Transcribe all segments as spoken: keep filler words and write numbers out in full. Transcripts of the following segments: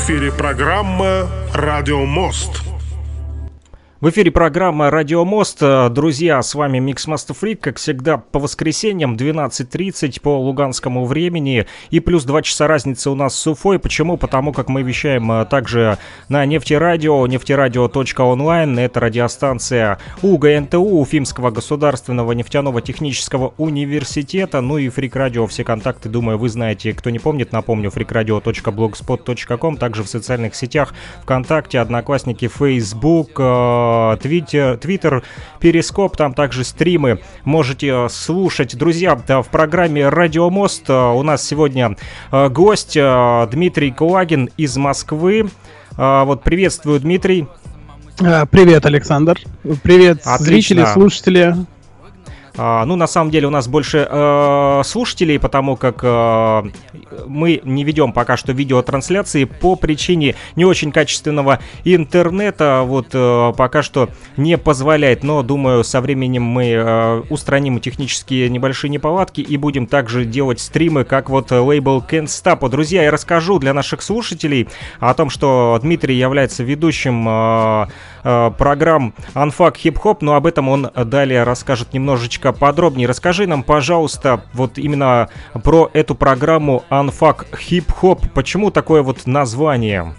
эфире программа «Радио Мост». В эфире программа «Радио Мост». Друзья, с вами Mixmaster Freak, как всегда, по воскресеньям двенадцать тридцать по луганскому времени. И плюс два часа разницы у нас с Уфой. Почему? Потому как мы вещаем также на нефтерадио, нефтерадио точка онлайн. Это радиостанция УГНТУ, Уфимского государственного нефтяного технического университета. Ну и Freak Radio, все контакты, думаю, вы знаете. Кто не помнит, напомню, фрик радио точка блогспот точка ком. Также в социальных сетях ВКонтакте, Одноклассники, Facebook, Твиттер, Твиттер, Перископ, там также стримы можете слушать. Друзья, в программе «Радио Мост» у нас сегодня гость Дмитрий Кулагин из Москвы. Вот, приветствую, Дмитрий. Привет, Александр. Привет, отлично. Зрители, слушатели. Uh, ну, на самом деле у нас больше uh, слушателей, потому как uh, мы не ведем пока что видеотрансляции по причине не очень качественного интернета. Вот uh, пока что не позволяет, но думаю, со временем мы uh, устраним технические небольшие неполадки и будем также делать стримы, как вот лейбл Can't Stop. Друзья, я расскажу для наших слушателей о том, что Дмитрий является ведущим uh, uh, программ Unfuck Hip Hop, но об этом он далее расскажет немножечко подробнее. Расскажи нам, пожалуйста, вот именно про эту программу Unfuck Hip Hop. Почему такое вот название?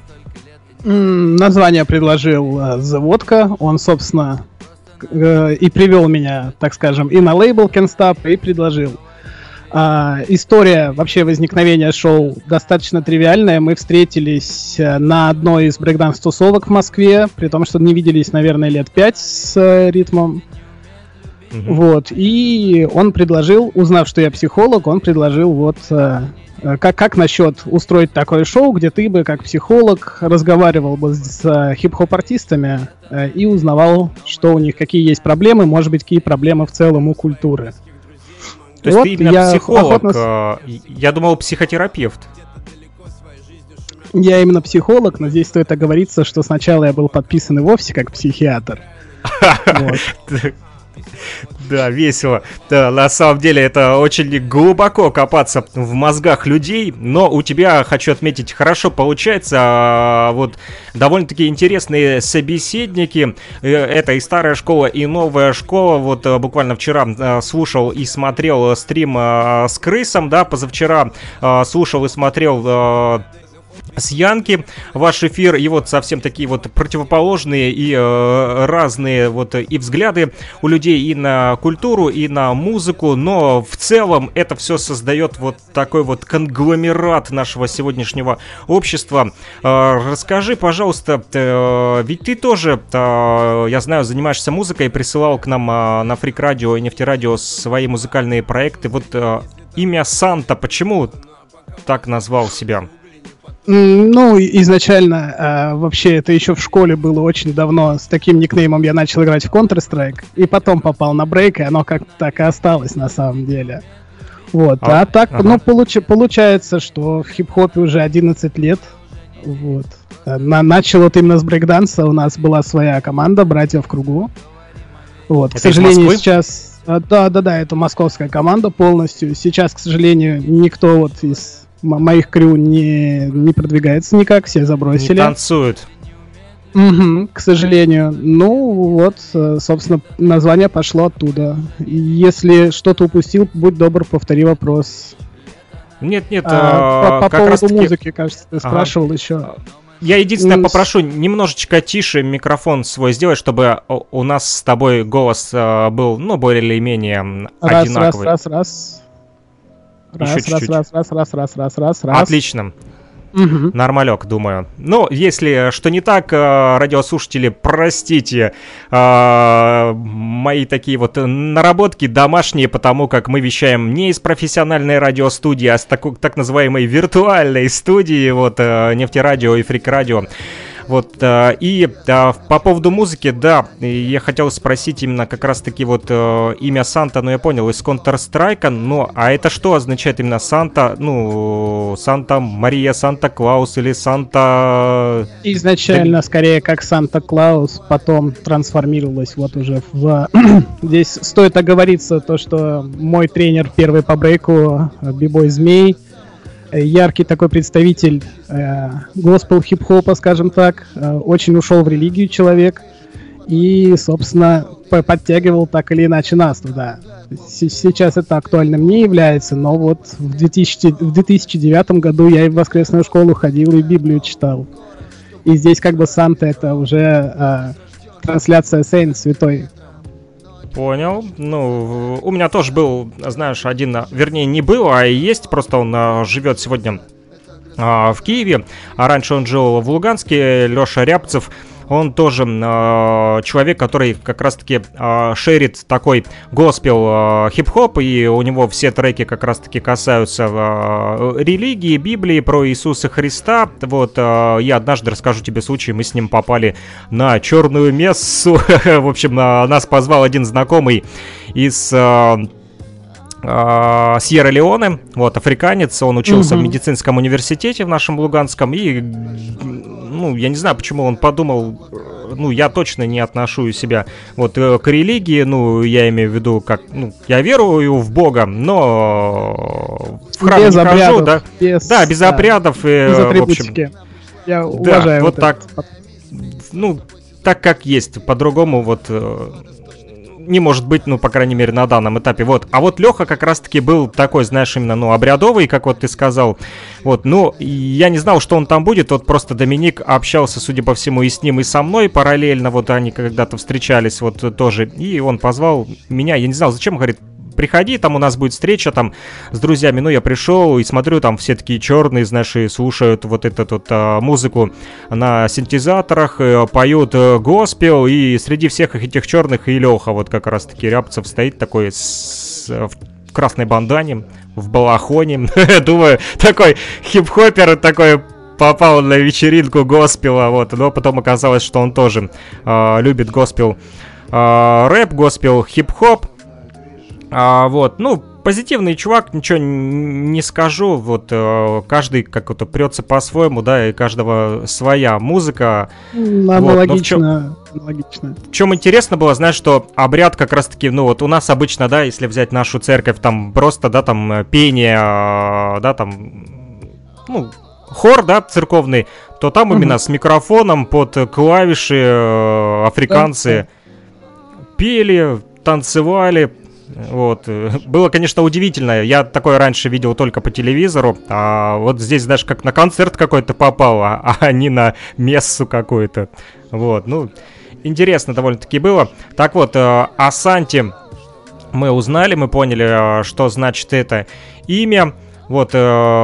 Mm, название предложил uh, The Vodka. Он, собственно, uh, и привел меня, так скажем, и на лейбл Can't Stop, и предложил. Uh, история вообще возникновения шоу достаточно тривиальная. Мы встретились uh, на одной из брейкданс-тусовок в Москве, при том, что не виделись, наверное, лет пять с uh, ритмом. Uh-huh. Вот, и он предложил, узнав, что я психолог, он предложил вот э, как, как насчет устроить такое шоу, где ты бы, как психолог, разговаривал бы с э, хип-хоп-артистами э, и узнавал, что у них, какие есть проблемы, может быть, какие проблемы в целом у культуры. То есть вот ты именно психолог, охотно... я думал, психотерапевт. Я именно психолог, но здесь стоит оговориться, что сначала я был подписан и вовсе как психиатр. Да, весело. Да, на самом деле это очень глубоко копаться в мозгах людей, но у тебя, хочу отметить, хорошо получается. А, вот довольно-таки интересные собеседники. Это и старая школа, и новая школа. Вот буквально вчера а, слушал и смотрел стрим а, с Крысом, да, позавчера а, слушал и смотрел... А, с Янки ваш эфир, и вот совсем такие вот противоположные и э, разные вот и взгляды у людей и на культуру, и на музыку, но в целом это все создает вот такой вот конгломерат нашего сегодняшнего общества. Э, расскажи, пожалуйста, э, ведь ты тоже, э, я знаю, занимаешься музыкой, присылал к нам э, на Freak Radio и Нефтерадио свои музыкальные проекты. Вот э, имя Санта, почему так назвал себя? Ну, изначально, э, вообще, это еще в школе было очень давно. С таким никнеймом я начал играть в Counter-Strike, и потом попал на брейк, и оно как-то так и осталось на самом деле. Вот, а, а так, ага. ну, получ- получается, что в хип-хопе уже одиннадцать лет. Вот. На- начал вот именно с брейкданса, у нас была своя команда «Братья в кругу». Вот, это к сожалению, сейчас... Да-да-да, это московская команда полностью. Сейчас, к сожалению, никто вот из... моих крю не, не продвигается никак, все забросили. Не танцуют. Угу, к сожалению. Ну вот, собственно, название пошло оттуда. Если что-то упустил, будь добр, повтори вопрос. Нет-нет, а, по, по поводу таки... музыки, кажется, ты ага. спрашивал еще. Я единственное mm. попрошу немножечко тише микрофон свой сделать, чтобы у нас с тобой голос был, ну, более или менее раз, одинаковый. Раз, раз, раз. Раз, раз, раз, раз, раз, раз, раз, раз, раз, раз. Отлично. Угу. Нормалек, думаю. Ну, если что не так, радиослушатели, простите мои такие вот наработки домашние, потому как мы вещаем не из профессиональной радиостудии, а с такой, так называемой виртуальной студии, вот, Нефтерадио и Freak Radio. Вот, э, и э, по поводу музыки, да, я хотел спросить именно как раз-таки вот э, имя Санта, ну я понял, из Counter-Strike, ну, а это что означает именно Санта, ну, Санта-Мария, Санта-Клаус или Санта... Изначально, да... скорее, как Санта-Клаус, потом трансформировалось вот уже в... Здесь стоит оговориться то, что мой тренер первый по брейку, бибой Змей, яркий такой представитель госпел хип-хопа, скажем так. Э, очень ушел в религию человек. И, собственно, подтягивал так или иначе нас туда. Сейчас это актуальным не является, но вот в, две тысячи, в две тысячи девятом году я и в воскресную школу ходил, и Библию читал. И здесь как бы Санта — это уже э, трансляция Сейнт, святой. Понял. Ну, у меня тоже был, знаешь, один, вернее, не был, а и есть, просто он а, живет сегодня а, в Киеве, а раньше он жил в Луганске, Леша Рябцев. Он тоже э, человек, который как раз-таки э, шерит такой госпел э, хип-хоп, и у него все треки как раз-таки касаются э, религии, Библии, про Иисуса Христа. Вот, э, я однажды расскажу тебе случай, мы с ним попали на черную мессу. В общем, э, нас позвал один знакомый из... Э, Сьерра-Леоне, вот, африканец, он учился угу. в медицинском университете в нашем Луганском, и, ну, я не знаю, почему он подумал, ну, я точно не отношу себя, вот, к религии, ну, я имею в виду, как, ну, я верую в Бога, но в храм без не обрядов, хожу, да, без, да, без да, обрядов, без и, в общем, я уважаю да, вот, вот так, ну, так как есть, по-другому, вот... не может быть, ну, по крайней мере, на данном этапе, вот. А вот Леха как раз-таки был такой, знаешь, именно, ну, обрядовый, как вот ты сказал, вот, ну, я не знал, что он там будет, вот просто Доминик общался, судя по всему, и с ним, и со мной параллельно, вот они когда-то встречались, вот, тоже, и он позвал меня, я не знал, зачем, говорит, приходи, там у нас будет встреча там с друзьями. Ну, я пришел и смотрю, там все такие черные, знаешь, и слушают вот эту вот а, музыку на синтезаторах, э, поют э, госпел, и среди всех этих черных и Леха, вот как раз-таки Рябцев стоит такой с, в красной бандане, в балахоне. Думаю, такой хип-хопер, такой попал на вечеринку госпела, вот, но потом оказалось, что он тоже э, любит госпел, э, рэп, госпел, хип-хоп. А, вот, ну, позитивный чувак, ничего не скажу, вот, э, каждый как-то прется по-своему, да, и каждого своя музыка. Аналогично, вот, аналогично. В чем интересно было, знаешь, что обряд как раз-таки, ну, вот у нас обычно, да, если взять нашу церковь, там просто, да, там, пение, да, там, ну, хор, да, церковный, то там uh-huh. именно с микрофоном под клавиши э, африканцы да, пели, танцевали. Вот. Было, конечно, удивительно. Я такое раньше видел только по телевизору. А вот здесь даже как на концерт какой-то попал, а, а не на мессу какую-то. Вот. Ну, интересно довольно-таки было. Так вот, о Санте мы узнали, мы поняли, что значит это имя. Вот.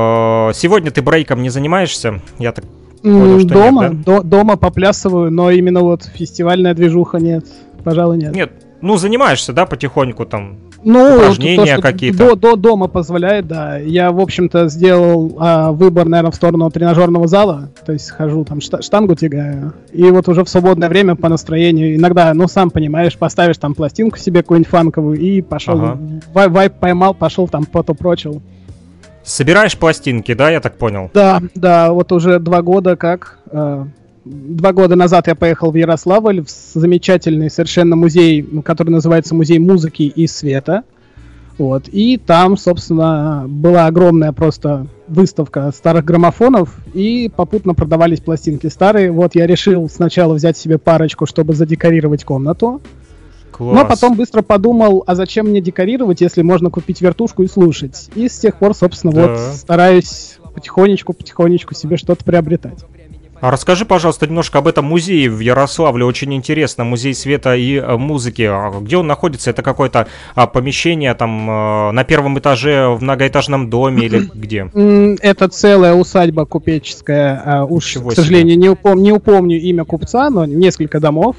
Сегодня ты брейком не занимаешься? Я так понял, что дома, нет, да? до, дома поплясываю, но именно вот фестивальная движуха нет. Пожалуй, нет. Нет. Ну, занимаешься, да, потихоньку там, ну, упражнения то, какие-то? До, до дома позволяет, да. Я, в общем-то, сделал а, выбор, наверное, в сторону тренажерного зала. То есть хожу, там, штангу тягаю. И вот уже в свободное время по настроению иногда, ну, сам понимаешь, поставишь там пластинку себе какую-нибудь фанковую и пошел, ага. вай- вайп поймал, пошел там потупрочил. Собираешь пластинки, да, я так понял? Да, да, вот уже два года как... Э, Два года назад я поехал в Ярославль, в замечательный совершенно музей, который называется Музей музыки и света. Вот. И там, собственно, была огромная просто выставка старых граммофонов, и попутно продавались пластинки старые. Вот я решил сначала взять себе парочку, чтобы задекорировать комнату. Класс. Но потом быстро подумал, а зачем мне декорировать, если можно купить вертушку и слушать. И с тех пор, собственно, да. вот стараюсь потихонечку-потихонечку себе что-то приобретать. А расскажи, пожалуйста, немножко об этом музее в Ярославле. Очень интересно. Музей света и э, музыки. Где он находится? Это какое-то а, помещение там э, на первом этаже в многоэтажном доме или где? Это целая усадьба купеческая. А, уж, Чего к сожалению, себе? не, упом- не упомню имя купца, но несколько домов.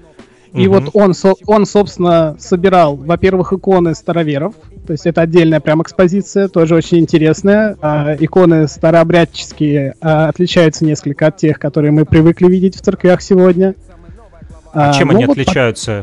И угу. вот он, со- он, собственно, собирал, во-первых, иконы староверов. То есть это отдельная прям экспозиция, тоже очень интересная. А, иконы старообрядческие а, отличаются несколько от тех, которые мы привыкли видеть в церквях сегодня. А, а чем ну они вот отличаются?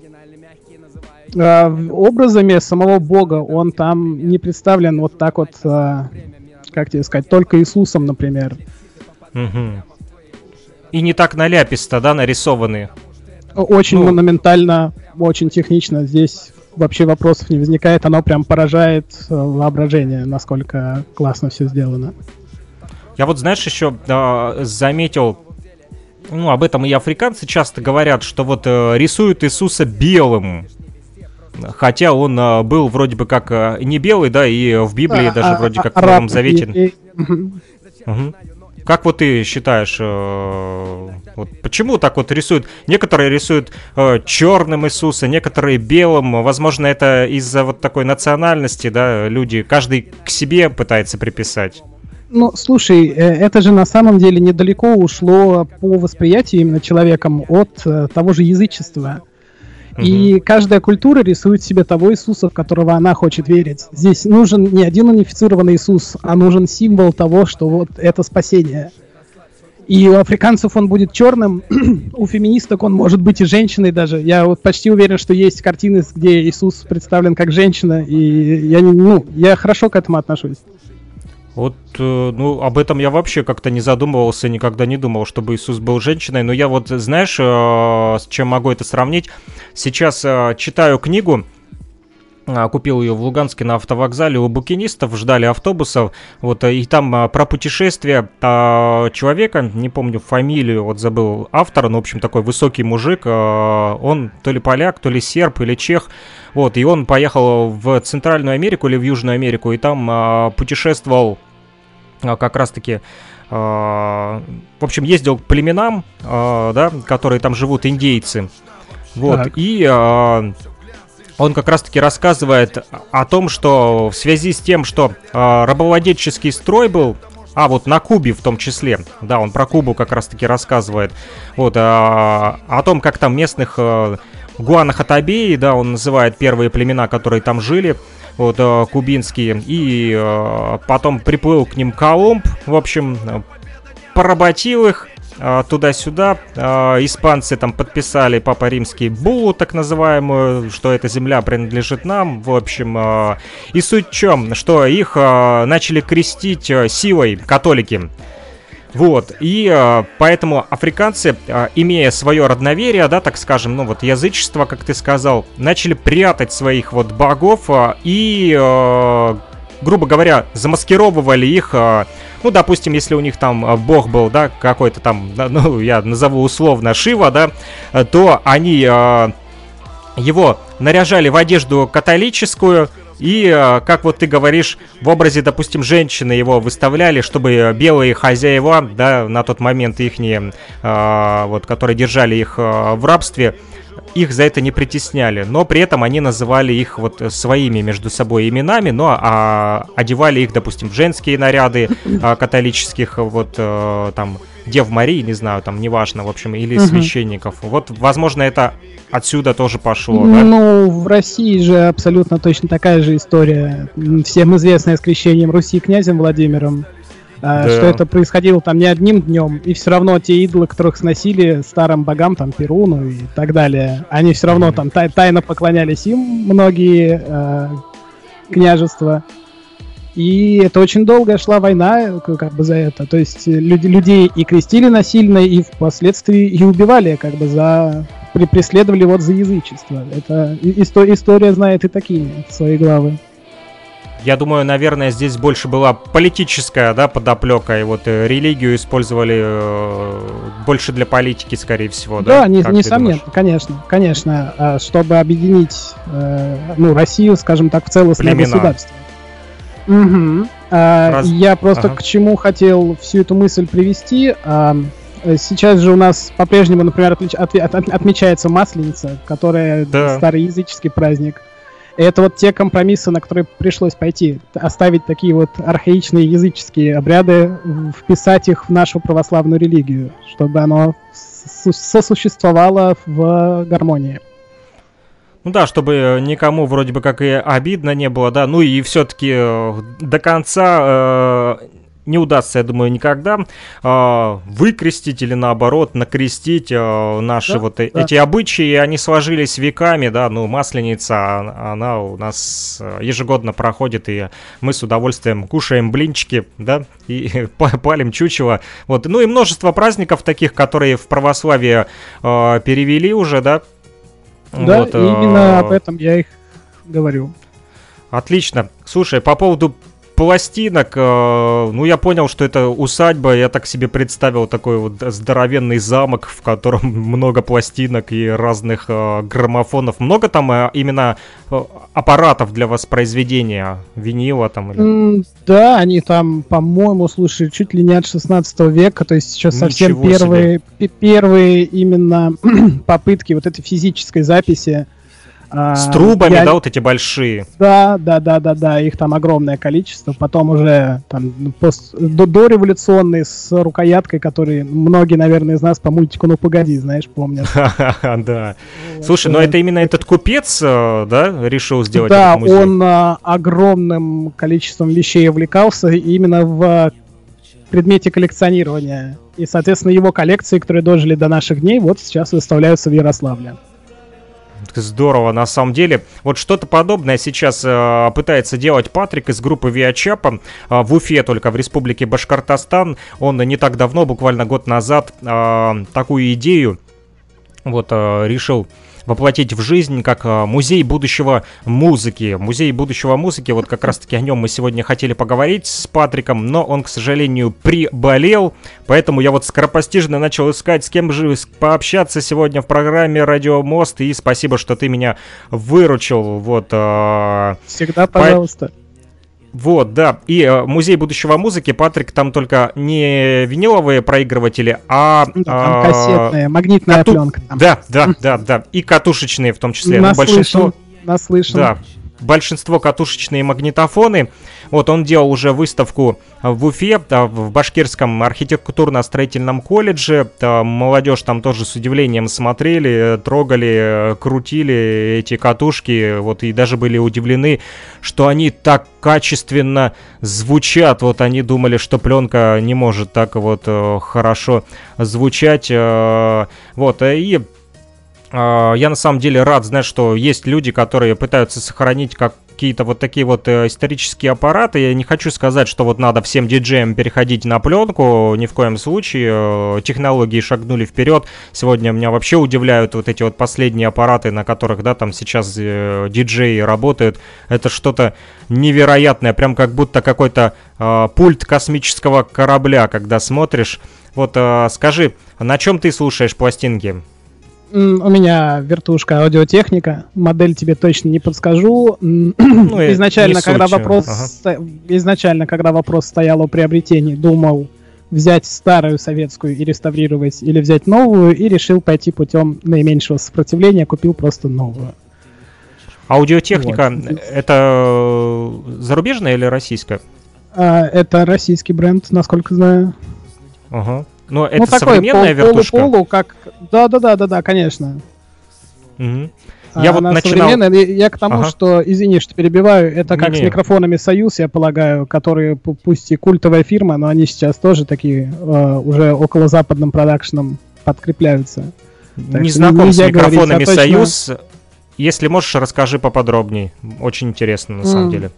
А, образами самого Бога он там не представлен вот так вот, а, как тебе сказать, только Иисусом, например. Угу. И не так наляписто, да, нарисованы? Очень ну, монументально, очень технично. Здесь вообще вопросов не возникает. Оно прям поражает воображение, насколько классно все сделано. Я вот, знаешь, еще э, заметил, ну, об этом и африканцы часто говорят, что вот э, рисуют Иисуса белым. Хотя он э, был вроде бы как э, не белый, да, и в Библии а, даже а, вроде а, как в Новом Завете. И, и... Угу. Как вот ты считаешь, э, вот почему так вот рисуют? Некоторые рисуют э, черным Иисуса, некоторые белым. Возможно, это из-за вот такой национальности, да, люди, каждый к себе пытается приписать. Ну, слушай, это же на самом деле недалеко ушло по восприятию именно человеком от э, того же язычества. И каждая культура рисует себе того Иисуса, в которого она хочет верить. Здесь нужен не один унифицированный Иисус, а нужен символ того, что вот это спасение. И у африканцев он будет черным, у феминисток он может быть и женщиной даже. Я вот почти уверен, что есть картины, где Иисус представлен как женщина, и я, ну, я хорошо к этому отношусь. Вот, э, ну, об этом я вообще как-то не задумывался, никогда не думал, чтобы Иисус был женщиной. Но я вот, знаешь, э, с чем могу это сравнить? Сейчас э, читаю книгу, э, купил ее в Луганске на автовокзале, у букинистов ждали автобусов, вот, и там э, про путешествие э, человека, не помню фамилию, вот забыл автора, но, в общем, такой высокий мужик, э, он то ли поляк, то ли серб, или чех. Вот, и он поехал в Центральную Америку или в Южную Америку, и там а, путешествовал а, как раз-таки, а, в общем, ездил к племенам, а, да, которые там живут, индейцы. Вот, так. И а, он как раз-таки рассказывает о том, что в связи с тем, что а, рабовладельческий строй был, а вот на Кубе в том числе, да, он про Кубу как раз-таки рассказывает, вот, а, о том, как там местных... А, Гуанахатабеи, да, он называет первые племена, которые там жили, вот, э, кубинские, и э, потом приплыл к ним Колумб, в общем, поработил их э, туда-сюда, э, испанцы там подписали, Папа Римский, буллу так называемую, что эта земля принадлежит нам, в общем, э, и суть в чем, что их э, начали крестить э, силой католики. Вот, и э, поэтому африканцы, э, имея свое родноверие, да, так скажем, ну вот язычество, как ты сказал, начали прятать своих вот богов э, и, э, грубо говоря, замаскировывали их, э, ну, допустим, если у них там э, бог был, да, какой-то там, да, ну, я назову условно Шива, да, э, то они э, его наряжали в одежду католическую, и, как вот ты говоришь, в образе, допустим, женщины его выставляли, чтобы белые хозяева, да, на тот момент ихние, э, вот, которые держали их э, в рабстве, их за это не притесняли, но при этом они называли их вот своими между собой именами, но а, одевали их, допустим, в женские наряды а, католических, вот, а, там, Дев Марии, не знаю, там, неважно, в общем, или угу. священников. Вот, возможно, это отсюда тоже пошло, да? Ну, в России же абсолютно точно такая же история. Всем известная с крещением Руси князем Владимиром. Да. Что это происходило там не одним днем, и все равно те идолы, которых сносили старым богам, там, Перуну и так далее, они все равно mm-hmm. там тай- тайно поклонялись им, многие э, княжества. И это очень долгая шла война как бы за это. То есть люди, людей и крестили насильно, и впоследствии и убивали, как бы за... При, преследовали вот за язычество. Это исто- история знает и такие свои главы. Я думаю, наверное, здесь больше была политическая, да, подоплека, и вот э, религию использовали э, больше для политики, скорее всего, да? Да, не, несомненно, конечно, конечно, чтобы объединить, э, ну, Россию, скажем так, в целостное Племена. государство. Угу. А, Раз... Я просто ага. к чему хотел всю эту мысль привести. А, сейчас же у нас по-прежнему, например, отмеч... от... От... отмечается Масленица, которая да. староязыческий праздник. И это вот те компромиссы, на которые пришлось пойти. Оставить такие вот архаичные языческие обряды, вписать их в нашу православную религию, чтобы оно сосуществовало в гармонии. Ну да, чтобы никому вроде бы как и обидно не было, да. Ну и все-таки до конца... Э- не удастся, я думаю, никогда э, выкрестить или наоборот накрестить э, наши да, вот да. эти обычаи, они сложились веками, да, ну, Масленица, она у нас ежегодно проходит, и мы с удовольствием кушаем блинчики, да, и палим чучело, вот, ну и множество праздников таких, которые в православие э, перевели уже, да. Да, вот, и именно э... об этом я их говорю. Отлично. Слушай, по поводу пластинок, э, ну я понял, что это усадьба, я так себе представил такой вот здоровенный замок, в котором много пластинок и разных э, граммофонов. Много там э, именно э, аппаратов для воспроизведения винила там? Или... Mm, да, они там, по-моему, слушай, чуть ли не от шестнадцатого века, то есть сейчас совсем первые, первые именно попытки вот этой физической записи. С трубами, я... да, вот эти большие. Да, да, да, да, да, их там огромное количество. Потом уже там пост... дореволюционные с рукояткой, которые многие, наверное, из нас по мультику «Ну погоди», знаешь, помнят. Да. Слушай, но это именно этот купец, да, решил сделать этот музей? Да, он огромным количеством вещей увлекался именно в предмете коллекционирования. И, соответственно, его коллекции, которые дожили до наших дней, вот сейчас выставляются в Ярославле. Здорово, на самом деле. Вот что-то подобное сейчас э, пытается делать Патрик из группы Виачапа э, в Уфе, только в республике Башкортостан. Он не так давно, буквально год назад, э, такую идею вот э, решил воплотить в жизнь, как э, музей будущего музыки. Музей будущего музыки, вот как раз-таки о нем мы сегодня хотели поговорить с Патриком, но он, к сожалению, приболел, поэтому я вот скоропостижно начал искать, с кем же пообщаться сегодня в программе «Радио Мост», и спасибо, что ты меня выручил. Вот, э, Всегда пожалуйста. По... Вот, да, и э, музей будущего музыки, Патрик, там только не виниловые проигрыватели, а... Да, там э, кассетная, магнитная кату... пленка. Там. Да, да, да, да, и катушечные в том числе. Наслышан, ну, большинство... наслышан. Да, большинство катушечные магнитофоны. Вот он делал уже выставку в Уфе, в Башкирском архитектурно-строительном колледже. Молодежь там тоже с удивлением смотрели, трогали, крутили эти катушки. Вот и даже были удивлены, что они так качественно звучат. Вот они думали, что пленка не может так вот хорошо звучать. Вот, и... Я на самом деле рад знать, что есть люди, которые пытаются сохранить какие-то вот такие вот исторические аппараты. Я не хочу сказать, что вот надо всем диджеям переходить на пленку, ни в коем случае. Технологии шагнули вперед. Сегодня меня вообще удивляют вот эти вот последние аппараты, на которых, да, там сейчас диджеи работают. Это что-то невероятное, прям как будто какой-то э, пульт космического корабля, когда смотришь. Вот э, скажи, на чем ты слушаешь пластинки? У меня вертушка аудиотехника, модель тебе точно не подскажу. Ну, изначально, когда вопрос, ага. изначально, когда вопрос стоял о приобретении, думал взять старую советскую и реставрировать, или взять новую, и решил пойти путем наименьшего сопротивления, купил просто новую. Аудиотехника, вот. Это зарубежная или российская? А, это российский бренд, насколько знаю. Ага. Но это ну, современная такой, пол, вертушка? Полу-полу, как... Да-да-да-да-да, конечно. Угу. Я а, вот начинал... Я к тому, ага. что, извини, что перебиваю, это как Не-не. с микрофонами «Союз», я полагаю, которые, пусть и культовая фирма, но они сейчас тоже такие э, уже около западным продакшеном подкрепляются. Не знаком с микрофонами точно... «Союз». Если можешь, расскажи поподробнее. Очень интересно, на mm. самом деле.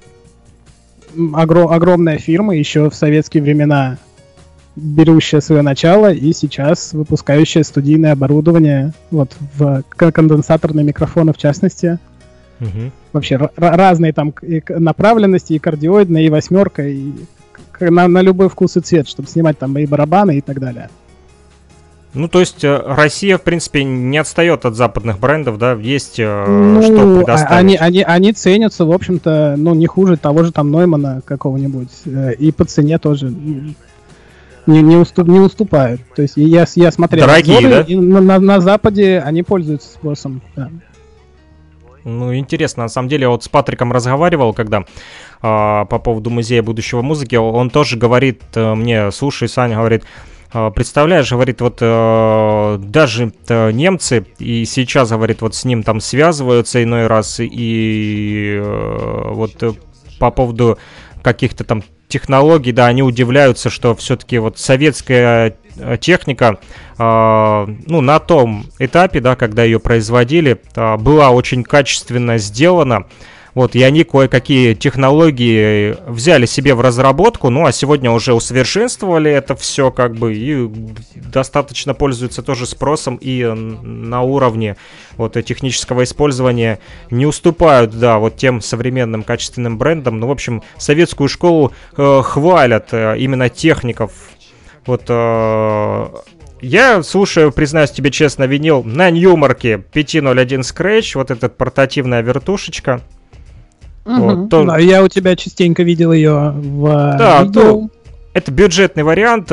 Огр- огромная фирма, еще в советские времена берущая свое начало и сейчас выпускающая студийное оборудование, вот в конденсаторные микрофоны в частности. Угу. Вообще р- разные там и направленности, и кардиоидная, и восьмерка, и на, на любой вкус и цвет, чтобы снимать там и барабаны и так далее. Ну, то есть Россия, в принципе, не отстает от западных брендов, да, есть ну, что предоставить. Они, они, они ценятся, в общем-то, ну, не хуже того же там Ноймана какого-нибудь, и по цене тоже не, не, уступ, не уступают. То есть я, я смотрел дорогие, обзоры, да? И на, на, на Западе они пользуются спросом, да. Ну, интересно, на самом деле, я вот с Патриком разговаривал, когда а, по поводу музея будущего музыки, он тоже говорит мне, слушай, Саня, говорит, представляешь, говорит, вот э, даже э, немцы и сейчас, говорит, вот с ним там связываются иной раз, и э, вот э, по поводу каких-то там технологий, да, они удивляются, что все-таки вот советская техника, э, ну, на том этапе, да, когда ее производили, э, была очень качественно сделана. Вот, и они кое-какие технологии взяли себе в разработку, ну, а сегодня уже усовершенствовали это все, как бы, и достаточно пользуются тоже спросом, и на уровне вот технического использования не уступают, да, вот тем современным качественным брендам. Ну, в общем, советскую школу э, хвалят э, именно техников. Вот э, я слушаю, признаюсь тебе честно, винил на Ньюмарке пять ноль один Scratch, вот эта портативная вертушечка. Угу. Вот, то... Да, я у тебя частенько видел ее в да, видео. То... Это бюджетный вариант,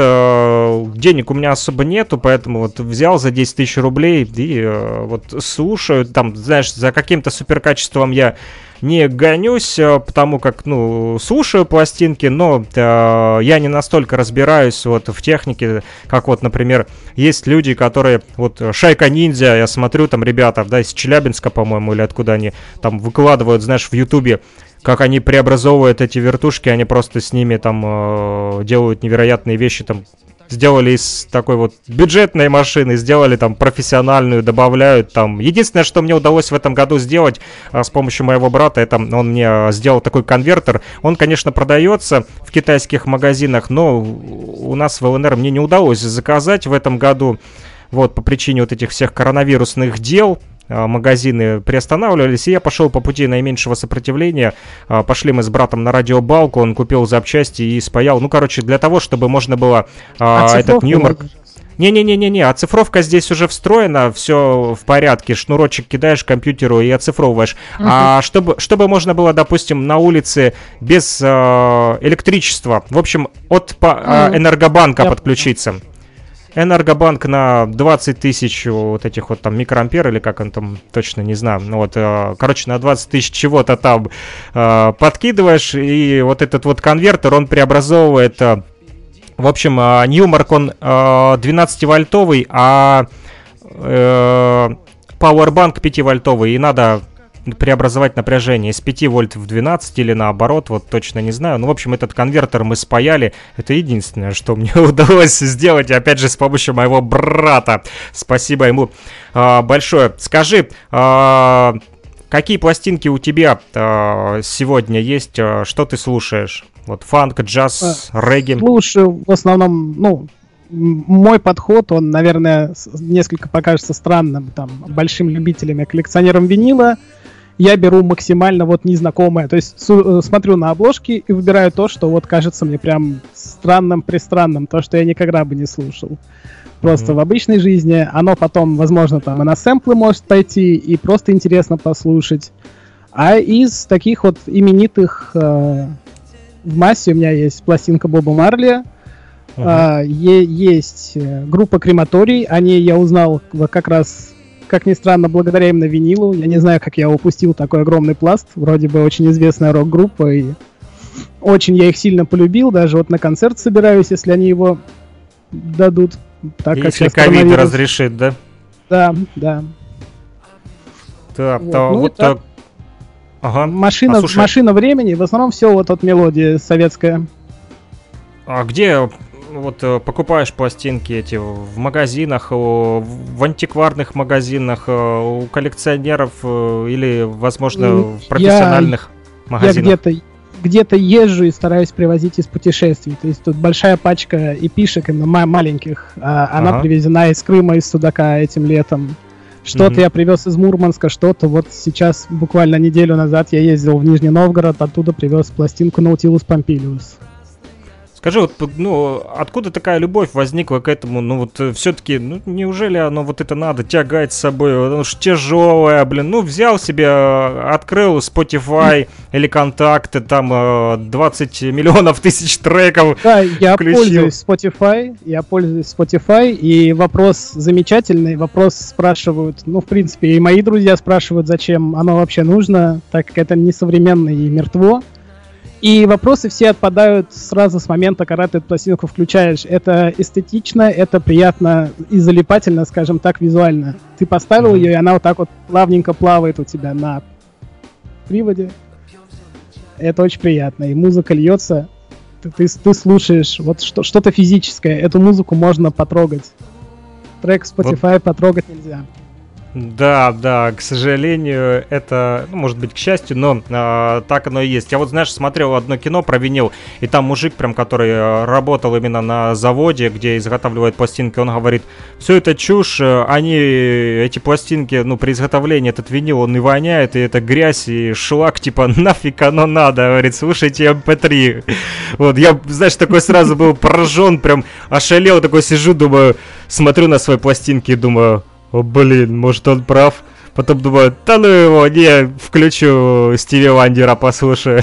денег у меня особо нету, поэтому вот взял за десять тысяч рублей и вот слушаю, там, знаешь, за каким-то суперкачеством я не гонюсь, потому как, ну, слушаю пластинки, но э, я не настолько разбираюсь вот в технике, как вот, например, есть люди, которые, вот, Шайка Ниндзя, я смотрю, там, ребята, да, из Челябинска, по-моему, или откуда они там выкладывают, знаешь, в Ютубе, как они преобразовывают эти вертушки, они просто с ними там э, делают невероятные вещи, там, сделали из такой вот бюджетной машины, сделали там профессиональную, добавляют там. Единственное, что мне удалось в этом году сделать а, с помощью моего брата, это он мне сделал такой конвертер. Он, конечно, продается в китайских магазинах, но у нас в ЛНР мне не удалось заказать в этом году. Вот, по причине вот этих всех коронавирусных дел. Магазины приостанавливались, и я пошел по пути наименьшего сопротивления. Пошли мы с братом на радиобалку, он купил запчасти и спаял. Ну, короче, для того, чтобы можно было а, этот Ньюмарк... Не-не-не-не-не, оцифровка здесь уже встроена, все в порядке, шнурочек кидаешь к компьютеру и оцифровываешь. Uh-huh. А чтобы, чтобы можно было, допустим, на улице без э, электричества, в общем, от по, uh-huh. энергобанка yep. подключиться. Энергобанк на двадцать тысяч вот этих вот там микроампер, или как он там, точно не знаю. Ну вот, э, короче, на двадцать тысяч чего-то там э, подкидываешь, и вот этот вот конвертер, он преобразовывает... Э, в общем, э, Ньюмарк, он э, двенадцативольтовый, а э, Powerbank пятивольтовый, и надо преобразовать напряжение из пяти вольт в двенадцать или наоборот, вот точно не знаю. Ну, в общем, этот конвертер мы спаяли. Это единственное, что мне удалось сделать, и опять же, с помощью моего брата. Спасибо ему а, большое. Скажи, а, какие пластинки у тебя а, сегодня есть? А, что ты слушаешь? Вот фанк, джаз, а, регги? Слушаю в основном, ну... Мой подход, он, наверное, несколько покажется странным, там, большим любителям и коллекционерам винила. Я беру максимально вот незнакомое, то есть су- смотрю на обложки и выбираю то, что вот кажется мне прям странным-пристранным, то, что я никогда бы не слушал. Просто mm-hmm. в обычной жизни. Оно потом, возможно, там и на сэмплы может пойти, и просто интересно послушать. А из таких вот именитых э, в массе у меня есть пластинка Боба Марли. Uh-huh. А, е- есть группа Крематорий, о ней я узнал как раз, как ни странно, благодаря именно винилу. Я не знаю, как я упустил такой огромный пласт. Вроде бы очень известная рок-группа, и очень я их сильно полюбил. Даже вот на концерт собираюсь, если они его дадут. Так если ковид разрешит, да? Да, да. Так, вот, то, ну вот так. Ага. Машина, а, машина времени, в основном все вот от мелодии советская. А где... Вот покупаешь пластинки эти в магазинах, в антикварных магазинах, у коллекционеров или, возможно, в профессиональных я, магазинах? Я где-то, где-то езжу и стараюсь привозить из путешествий. То есть тут большая пачка эпишек, именно маленьких. А она ага. привезена из Крыма, из Судака этим летом. Что-то mm-hmm. я привез из Мурманска, что-то вот сейчас, буквально неделю назад, я ездил в Нижний Новгород, оттуда привез пластинку Nautilus Pompilius. Скажи, вот, ну, откуда такая любовь возникла к этому? Ну, вот, все-таки, ну, неужели оно вот это надо тягать с собой? Оно уж тяжелое, блин. Ну, взял себе, открыл Spotify или контакты, там двадцать миллионов тысяч треков. Да, я включил. пользуюсь Spotify, я пользуюсь Spotify, и вопрос замечательный, вопрос спрашивают, ну, в принципе, и мои друзья спрашивают, зачем оно вообще нужно, так как это несовременно и мертво. И вопросы все отпадают сразу с момента, когда ты эту пластинку включаешь. Это эстетично, это приятно и залипательно, скажем так, визуально. Ты поставил mm-hmm. ее, и она вот так вот плавненько плавает у тебя на приводе. Это очень приятно. И музыка льется, ты, ты, ты слушаешь вот что, что-то физическое. Эту музыку можно потрогать. Трек Spotify вот. Потрогать нельзя. Да, да, к сожалению, это, ну, может быть, к счастью, но а, так оно и есть. Я вот, знаешь, смотрел одно кино про винил, и там мужик, прям, который а, работал именно на заводе, где изготавливают пластинки, он говорит, все это чушь, они, эти пластинки, ну, при изготовлении этот винил, он и воняет, и это грязь, и шлак, типа, нафиг оно надо, говорит, слушайте эм пэ три. Вот, я, знаешь, такой сразу был поражен, прям ошалел, такой сижу, думаю, смотрю на свои пластинки и думаю... О, блин, может он прав. Потом думаю, да ну его, не, включу Стиви Вандера, послушаю.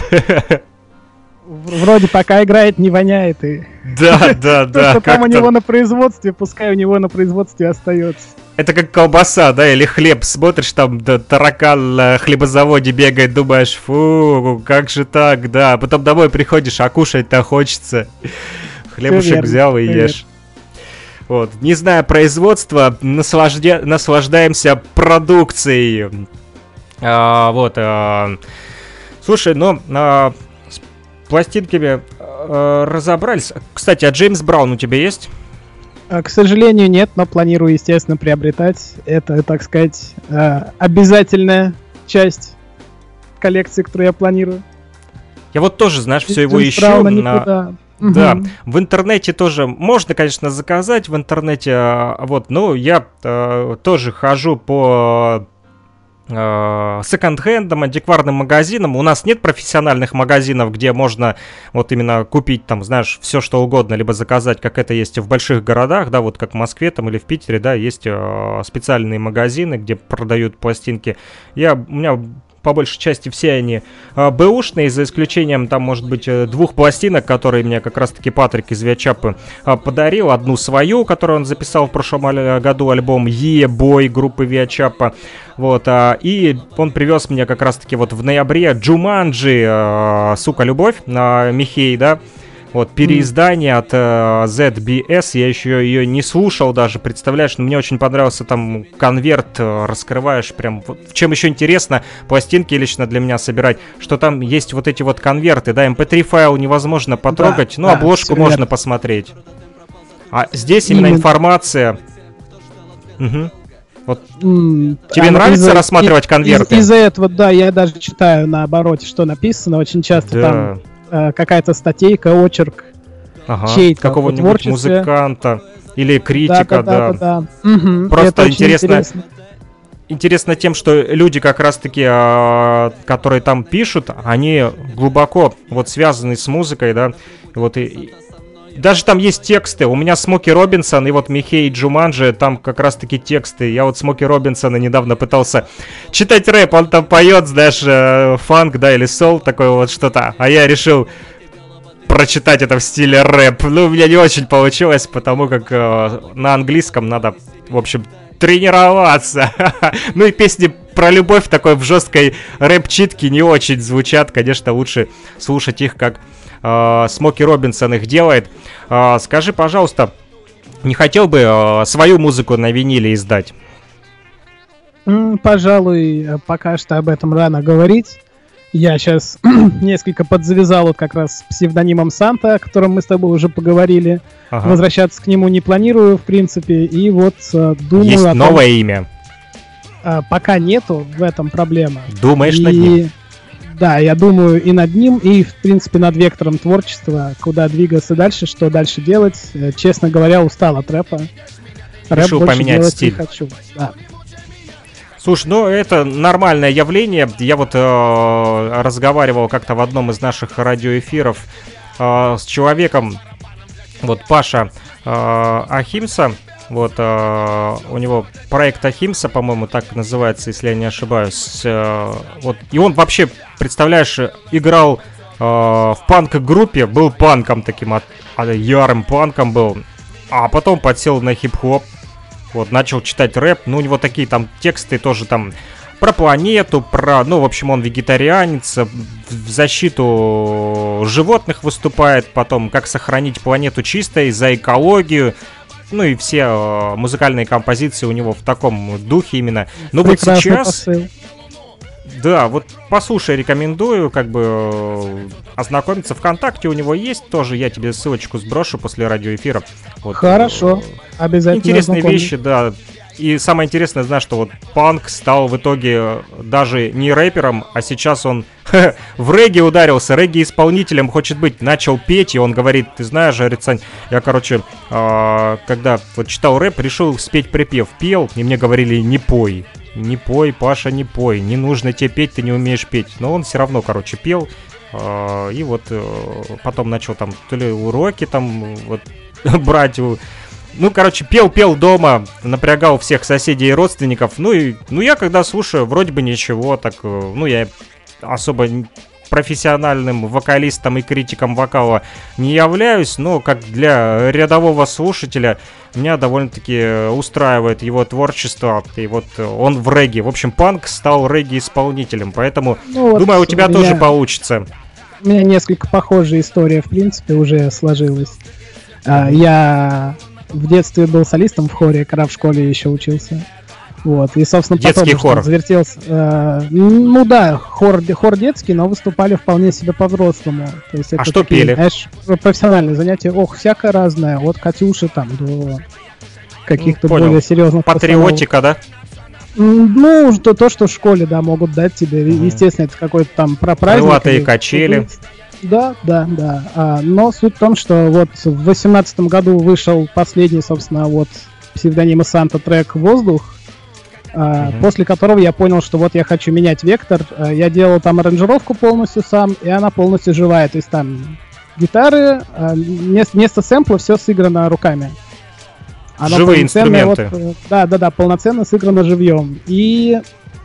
Вроде пока играет, не воняет. И... Да, да, да. То, что там у него на производстве, пускай у него на производстве остается. Это как колбаса, да, или хлеб. Смотришь, там да, таракан на хлебозаводе бегает, думаешь, фу, как же так, да. Потом домой приходишь, а кушать-то хочется. Хлебушек взял и ешь. Вот. Не зная производства, наслажде... наслаждаемся продукцией. А, вот. А... Слушай, ну, а... с пластинками а... разобрались. Кстати, а Джеймс Браун у тебя есть? К сожалению, нет, но планирую, естественно, приобретать. Это, так сказать, обязательная часть коллекции, которую я планирую. Я вот тоже, знаешь, все его ищу. На... Да, угу. В интернете тоже можно, конечно, заказать в интернете, вот, но я э, тоже хожу по э, секонд-хендам, антикварным магазинам. У нас нет профессиональных магазинов, где можно вот именно купить там, знаешь, все что угодно, либо заказать, как это есть в больших городах, да, вот как в Москве там или в Питере, да, есть э, специальные магазины, где продают пластинки. Я, у меня... По большей части все они а, бэушные, за исключением там, может быть, двух пластинок, которые мне как раз-таки Патрик из Виачапы а, подарил. Одну свою, которую он записал в прошлом году, альбом «Е Бой» группы Виачапа. Вот, а, и он привез мне как раз-таки вот в ноябре «Джуманджи», а, «Сука, любовь», а, Михей, да. Вот, переиздание от uh, зет би эс, я еще ее не слушал даже, представляешь, но мне очень понравился там конверт, uh, раскрываешь прям, вот, чем еще интересно, пластинки лично для меня собирать, что там есть вот эти вот конверты, да, эм пэ три файл невозможно потрогать, да, но да, обложку можно верно. Посмотреть. А здесь именно, именно. информация... Угу. Вот. Mm, тебе а нравится из-за, рассматривать из, конверты? Из- из-за этого, да, я даже читаю на обороте, что написано, очень часто да. там... какая-то статейка, очерк ага, чей-то какого-нибудь музыканта или критика, да. да, да, да. Угу, просто интересно, интересно. Интересно тем, что люди как раз-таки, а, которые там пишут, они глубоко вот связаны с музыкой, да. Вот и, и даже там есть тексты. У меня Смоки Робинсон и вот Михей Джуманджи, там как раз-таки тексты. Я вот Смоки Робинсона недавно пытался читать рэп, он там поет, знаешь, э, фанк, да, или сол, такое вот что-то. А я решил прочитать это в стиле рэп. Ну, у меня не очень получилось, потому как э, на английском надо, в общем, тренироваться. Ну и песни про любовь такой в жесткой рэп-читке не очень звучат. Конечно, лучше слушать их как... Смоки Робинсон их делает. uh, Скажи, пожалуйста, не хотел бы uh, свою музыку на виниле издать? Mm, пожалуй, пока что об этом рано говорить. Я сейчас несколько подзавязал вот как раз с псевдонимом Санта, о котором мы с тобой уже поговорили. Ага. Возвращаться к нему не планирую, в принципе. И вот uh, думаю... Есть о том, новое имя? Uh, пока нету, в этом проблема. Думаешь и... над ним? Да, я думаю и над ним, и, в принципе, над вектором творчества, куда двигаться дальше, что дальше делать. Честно говоря, устал от рэпа. Рэп решил поменять стиль. Не хочу. Да. Слушай, ну это нормальное явление. Я вот э, разговаривал как-то в одном из наших радиоэфиров э, с человеком, вот Паша э, Ахимса. Вот, э, у него проект Ахимса, по-моему, так называется, если я не ошибаюсь. Э, вот, и он вообще, представляешь, играл э, в панк-группе, был панком таким, от, от, ярым панком был, а потом подсел на хип-хоп, вот, начал читать рэп, ну, у него такие там тексты тоже там про планету, про, ну, в общем, он вегетарианец, в защиту животных выступает, потом, как сохранить планету чистой, за экологию. Ну и все э, музыкальные композиции у него в таком духе именно. Но вот сейчас... Посыл. Да, вот послушай, рекомендую, как бы э, ознакомиться. ВКонтакте у него есть тоже, я тебе ссылочку сброшу после радиоэфира. Вот, хорошо, э, обязательно интересные вещи, да. и самое интересное, знаешь, что вот панк стал в итоге даже не рэпером, а сейчас он в регги ударился, регги-исполнителем хочет быть, начал петь, и он говорит, ты знаешь, говорит, Сань, я, короче, э, когда вот читал рэп, решил спеть припев, пел, и мне говорили, не пой, не пой, Паша, не пой, не нужно тебе петь, ты не умеешь петь, но он все равно, короче, пел, э, и вот э, потом начал там то ли уроки там вот брать у... Ну, короче, пел-пел дома, напрягал всех соседей и родственников. Ну, и, ну, я когда слушаю, вроде бы ничего, так, ну, я особо профессиональным вокалистом и критиком вокала не являюсь, но как для рядового слушателя меня довольно-таки устраивает его творчество, и вот он в регги. В общем, панк стал регги-исполнителем, поэтому, ну, вот думаю, у тебя у тоже меня... получится. У меня несколько похожая история, в принципе, уже сложилась. А, я... В детстве был солистом в хоре, когда в школе еще учился. Вот. И, собственно, детский потом хор. Завертелся. Э, ну да, хор, хор детский, но выступали вполне себе по-взрослому. То есть это а что такие, пели? Знаешь, профессиональные занятия. Ох, всякое разное. От Катюши там до каких-то ну, более серьезных. Патриотика, да? Ну, то, то, что в школе, да, могут дать тебе. Mm-hmm. Естественно, это какой-то там про праздник. Крылатые качели. Да, да, да. А, но суть в том, что вот в восемнадцатом году вышел последний, собственно, вот псевдонима Санта трек «Воздух», а, mm-hmm. после которого я понял, что вот я хочу менять вектор. А, я делал там аранжировку полностью сам, и она полностью живая. То есть там гитары, а, вместо, вместо сэмпла все сыграно руками. Оно живые инструменты. Вот, да, да, да, полноценно сыграно живьем. И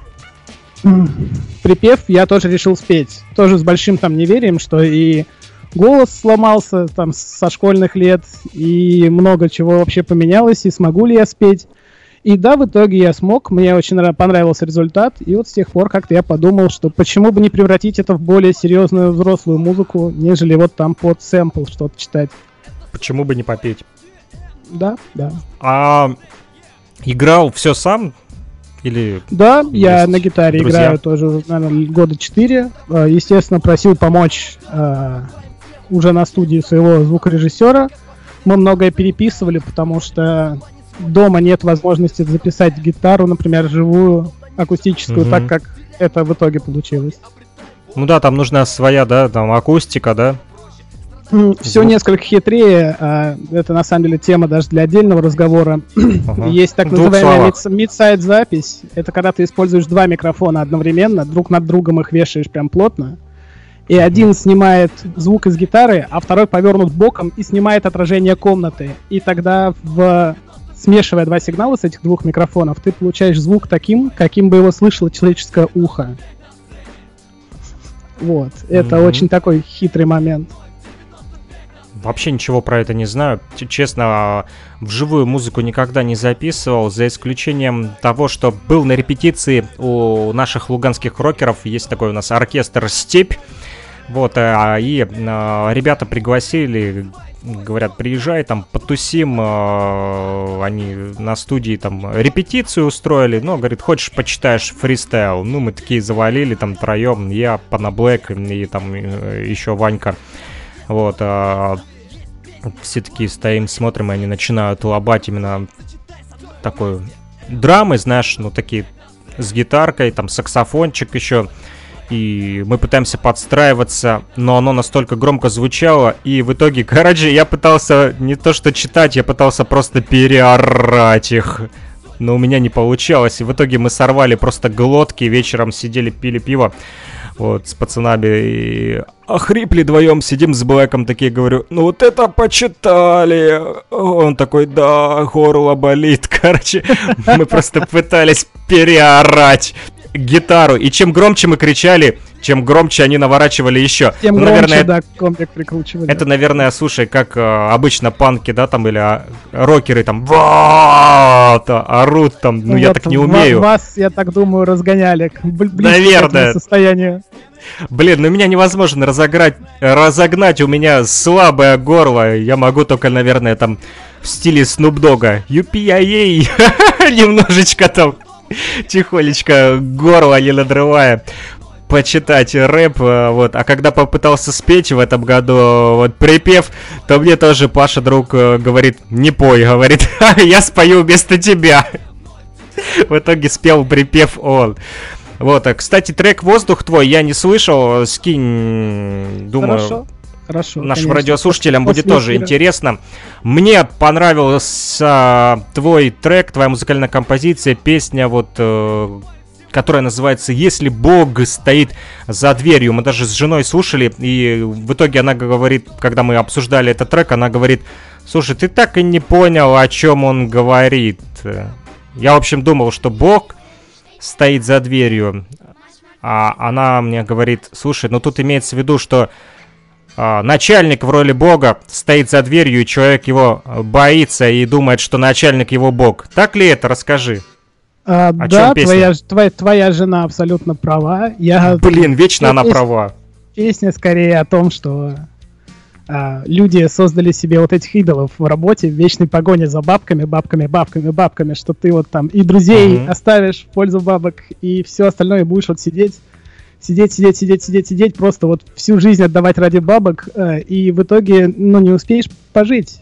припев я тоже решил спеть. Тоже с большим там неверием, что и голос сломался там со школьных лет, и много чего вообще поменялось, и смогу ли я спеть. И да, в итоге я смог, мне очень понравился результат, и вот с тех пор как-то я подумал, что почему бы не превратить это в более серьезную взрослую музыку, нежели вот там под сэмпл что-то читать. Почему бы не попеть? Да, да. А играл все сам? Или да, я на гитаре друзья? Играю тоже, наверное, года четыре. Естественно, просил помочь э, уже на студии своего звукорежиссера. Мы многое переписывали, потому что дома нет возможности записать гитару, например, живую, акустическую, mm-hmm. так как это в итоге получилось. Ну да, там нужна своя, да, там акустика, да? Все Звук. Несколько хитрее. Это на самом деле тема даже для отдельного разговора. Ага. Есть так называемая mid-side запись. Это когда ты используешь два микрофона одновременно, друг над другом их вешаешь прям плотно. И один снимает звук из гитары, а второй повернут боком и снимает отражение комнаты. И тогда, в... смешивая два сигнала с этих двух микрофонов, ты получаешь звук таким, каким бы его слышало человеческое ухо. Вот. Это mm-hmm. очень такой хитрый момент. Вообще ничего про это не знаю. Честно, вживую музыку никогда не записывал, за исключением того, что был на репетиции у наших луганских рокеров. Есть такой у нас оркестр «Степь». Вот, и ребята пригласили, говорят, приезжай, там, потусим. Они на студии там репетицию устроили. Ну, говорит, хочешь, почитаешь фристайл? Ну, мы такие завалили там троем. Я, Пана Блэк и там еще Ванька. Вот, а, все такие стоим, смотрим, и они начинают лобать именно такой драмы, знаешь, ну такие с гитаркой, там саксофончик еще. И мы пытаемся подстраиваться, но оно настолько громко звучало, и в итоге, короче, я пытался не то что читать, я пытался просто переорать их. Но у меня не получалось, и в итоге мы сорвали просто глотки, вечером сидели, пили пиво. Вот, с пацанами и охрипли вдвоем, сидим с Блэком, такие, говорю, ну вот это почитали. Он такой, да, горло болит. Короче, мы просто пытались переорать гитару. И чем громче мы кричали, чем громче они наворачивали еще. Тем ну, громче, наверное, да, комплект прикручивали. Это, наверное, слушай, как а, обычно панки, да, там, или а, рокеры там вот, орут там, ну, ну я вот так не умею. Вас, я так думаю, разгоняли к наверное. Состоянию. Блин, ну меня невозможно разогнать, разогнать, у меня слабое горло, я могу только, наверное, там в стиле Snoop Dogg, юпи-яй-яй, немножечко там, тихонечко горло не надрывая, почитать рэп, вот, а когда попытался спеть в этом году, вот, припев, то мне тоже Паша, друг, говорит, не пой, говорит, я спою вместо тебя. В итоге спел припев он. Вот, кстати, трек «Воздух» твой я не слышал, скинь, думаю... Хорошо. Хорошо, нашим конечно. радиослушателям После будет тоже эфира. интересно. Мне понравился твой трек, твоя музыкальная композиция, песня, вот, э, которая называется «Если Бог стоит за дверью». Мы даже с женой слушали, и в итоге она говорит, когда мы обсуждали этот трек, она говорит: слушай, ты так и не понял, о чем он говорит. Я, в общем, думал, что Бог стоит за дверью, а она мне говорит: слушай, ну тут имеется в виду, что А, начальник в роли бога стоит за дверью, и человек его боится и думает, что начальник его бог. Так ли это? Расскажи. А, О да, чем песня? твоя, твоя, твоя жена абсолютно права. Я, Блин, вечно она песня- права. Песня скорее о том, что а, люди создали себе вот этих идолов в работе, в вечной погоне за бабками, бабками, бабками, бабками, что ты вот там и друзей Мгм. оставишь в пользу бабок, и все остальное будешь вот сидеть, сидеть, сидеть, сидеть, сидеть, сидеть, просто вот всю жизнь отдавать ради бабок, э, и в итоге, ну, не успеешь пожить.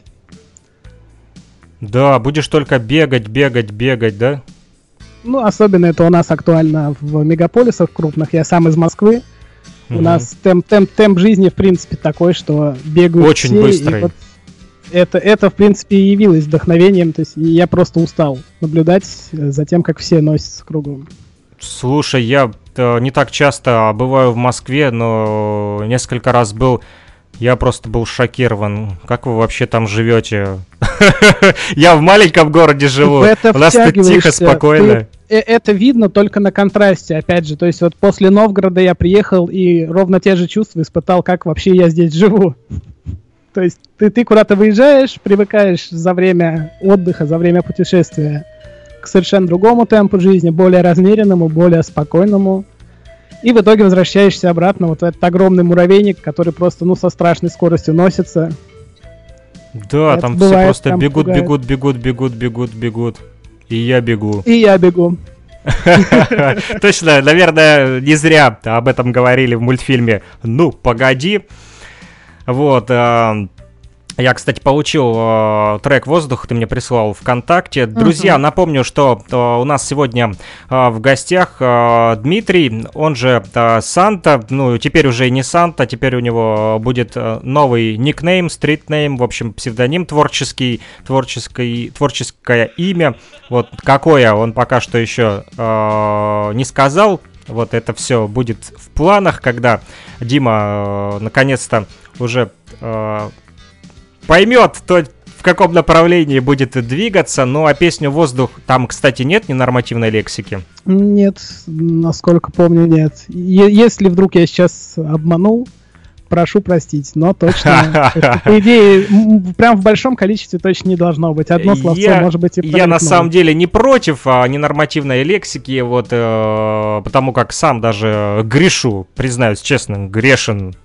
Да, будешь только бегать, бегать, бегать, да? Ну, особенно это у нас актуально в мегаполисах крупных. Я сам из Москвы. У Мгм. нас темп, темп, темп жизни, в принципе, такой, что бегают Очень все, и быстрый. вот это, это, в принципе, и явилось вдохновением. То есть и я просто устал наблюдать э, за тем, как все носятся кругом. Слушай, я э, не так часто бываю в Москве, но несколько раз был. Я просто был шокирован. Как вы вообще там живете? Я в маленьком городе живу. В это У нас тут тихо, втягиваешься, спокойно. ты- э, это видно только на контрасте, опять же. То есть вот после Новгорода я приехал и ровно те же чувства испытал, как вообще я здесь живу. То есть ты, ты куда-то выезжаешь, привыкаешь за время отдыха, за время путешествия к совершенно другому темпу жизни, более размеренному, более спокойному. И в итоге возвращаешься обратно вот в этот огромный муравейник, который просто, ну, со страшной скоростью носится. Да, Это там все бывает, просто прям бегут, пугает. бегут, бегут, бегут, бегут, бегут. И я бегу. И я бегу. Точно, наверное, не зря об этом говорили в мультфильме «Ну, погоди». Вот. э, Я, кстати, получил э, трек «Воздух», ты мне прислал ВКонтакте. Друзья, напомню, что э, у нас сегодня э, в гостях э, Дмитрий, он же э, Санта, ну, теперь уже и не Санта, теперь у него будет э, новый никнейм, стритнейм, в общем, псевдоним творческий, творческий, творческое имя. Вот какое он пока что еще э, не сказал. Вот это все будет в планах, когда Дима э, наконец-то уже... э, поймет, то в каком направлении будет двигаться. Ну, а песню «Воздух» там, кстати, нет ненормативной лексики. Нет, насколько помню, нет. Е- если вдруг я сейчас обманул, прошу простить, но точно, это, по идее, м, прям в большом количестве точно не должно быть. Одно словцо, Я- может быть, и Я на промелькнуло. самом деле не против а, ненормативной лексики, вот, э, потому как сам даже грешу, признаюсь честно, грешен.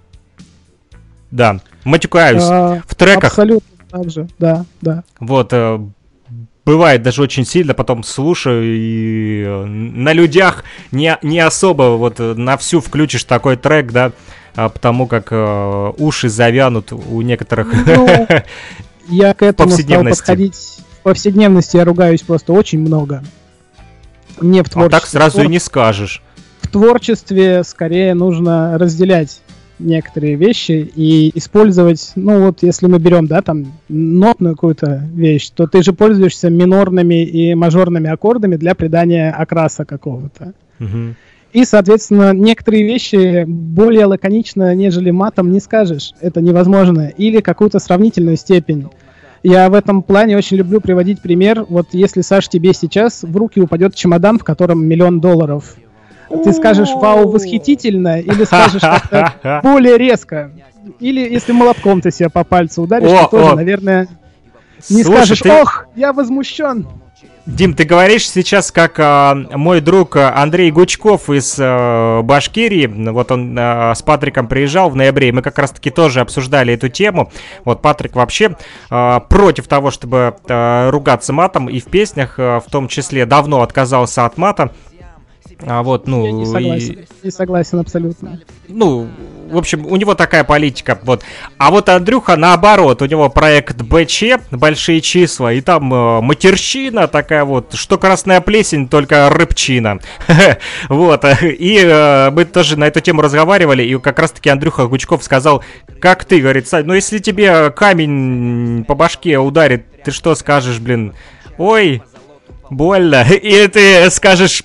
Да, матюкаюсь А, в треках. Абсолютно так же, да, да. Вот, э, бывает даже очень сильно, потом слушаю и э, на людях не, не особо вот э, на всю включишь такой трек, да, а потому как э, уши завянут у некоторых. Ну, я к этому стал Повседневности. подходить. В повседневности я ругаюсь просто очень много. Не в А творчестве. так сразу и не скажешь. В творчестве скорее нужно разделять некоторые вещи и использовать, ну вот если мы берем, да, там, нотную какую-то вещь, то ты же пользуешься минорными и мажорными аккордами для придания окраса какого-то. Мгм. И, соответственно, некоторые вещи более лаконично, нежели матом, не скажешь. Это невозможно. Или какую-то сравнительную степень. Я в этом плане очень люблю приводить пример. Вот если, Саш, тебе сейчас в руки упадет чемодан, в котором миллион долларов, ты скажешь «Вау, восхитительно!» или скажешь как-то более резко. Или если молотком ты себя по пальцу ударишь, О, то тоже, о. наверное, не Слушай, скажешь ты- «Ох, я возмущен!» Дим, ты говоришь сейчас, как а, мой друг а, Андрей Гучков из а, Башкирии. Вот он а, с Патриком приезжал в ноябре, и мы как раз-таки тоже обсуждали эту тему. Вот Патрик вообще а, против того, чтобы а, ругаться матом, и в песнях а, в том числе давно отказался от мата. А вот, ну, Я не и- согласен. Не согласен абсолютно. ну, в общем, у него такая политика, вот. А вот Андрюха, наоборот, у него проект БЧ, большие числа, и там э, матерщина такая вот, что красная плесень, только рыбчина. Вот, и э, мы тоже на эту тему разговаривали, и как раз-таки Андрюха Гучков сказал, как ты, говорит, Сань, ну если тебе камень по башке ударит, ты что скажешь, блин? Ой, больно. И ты скажешь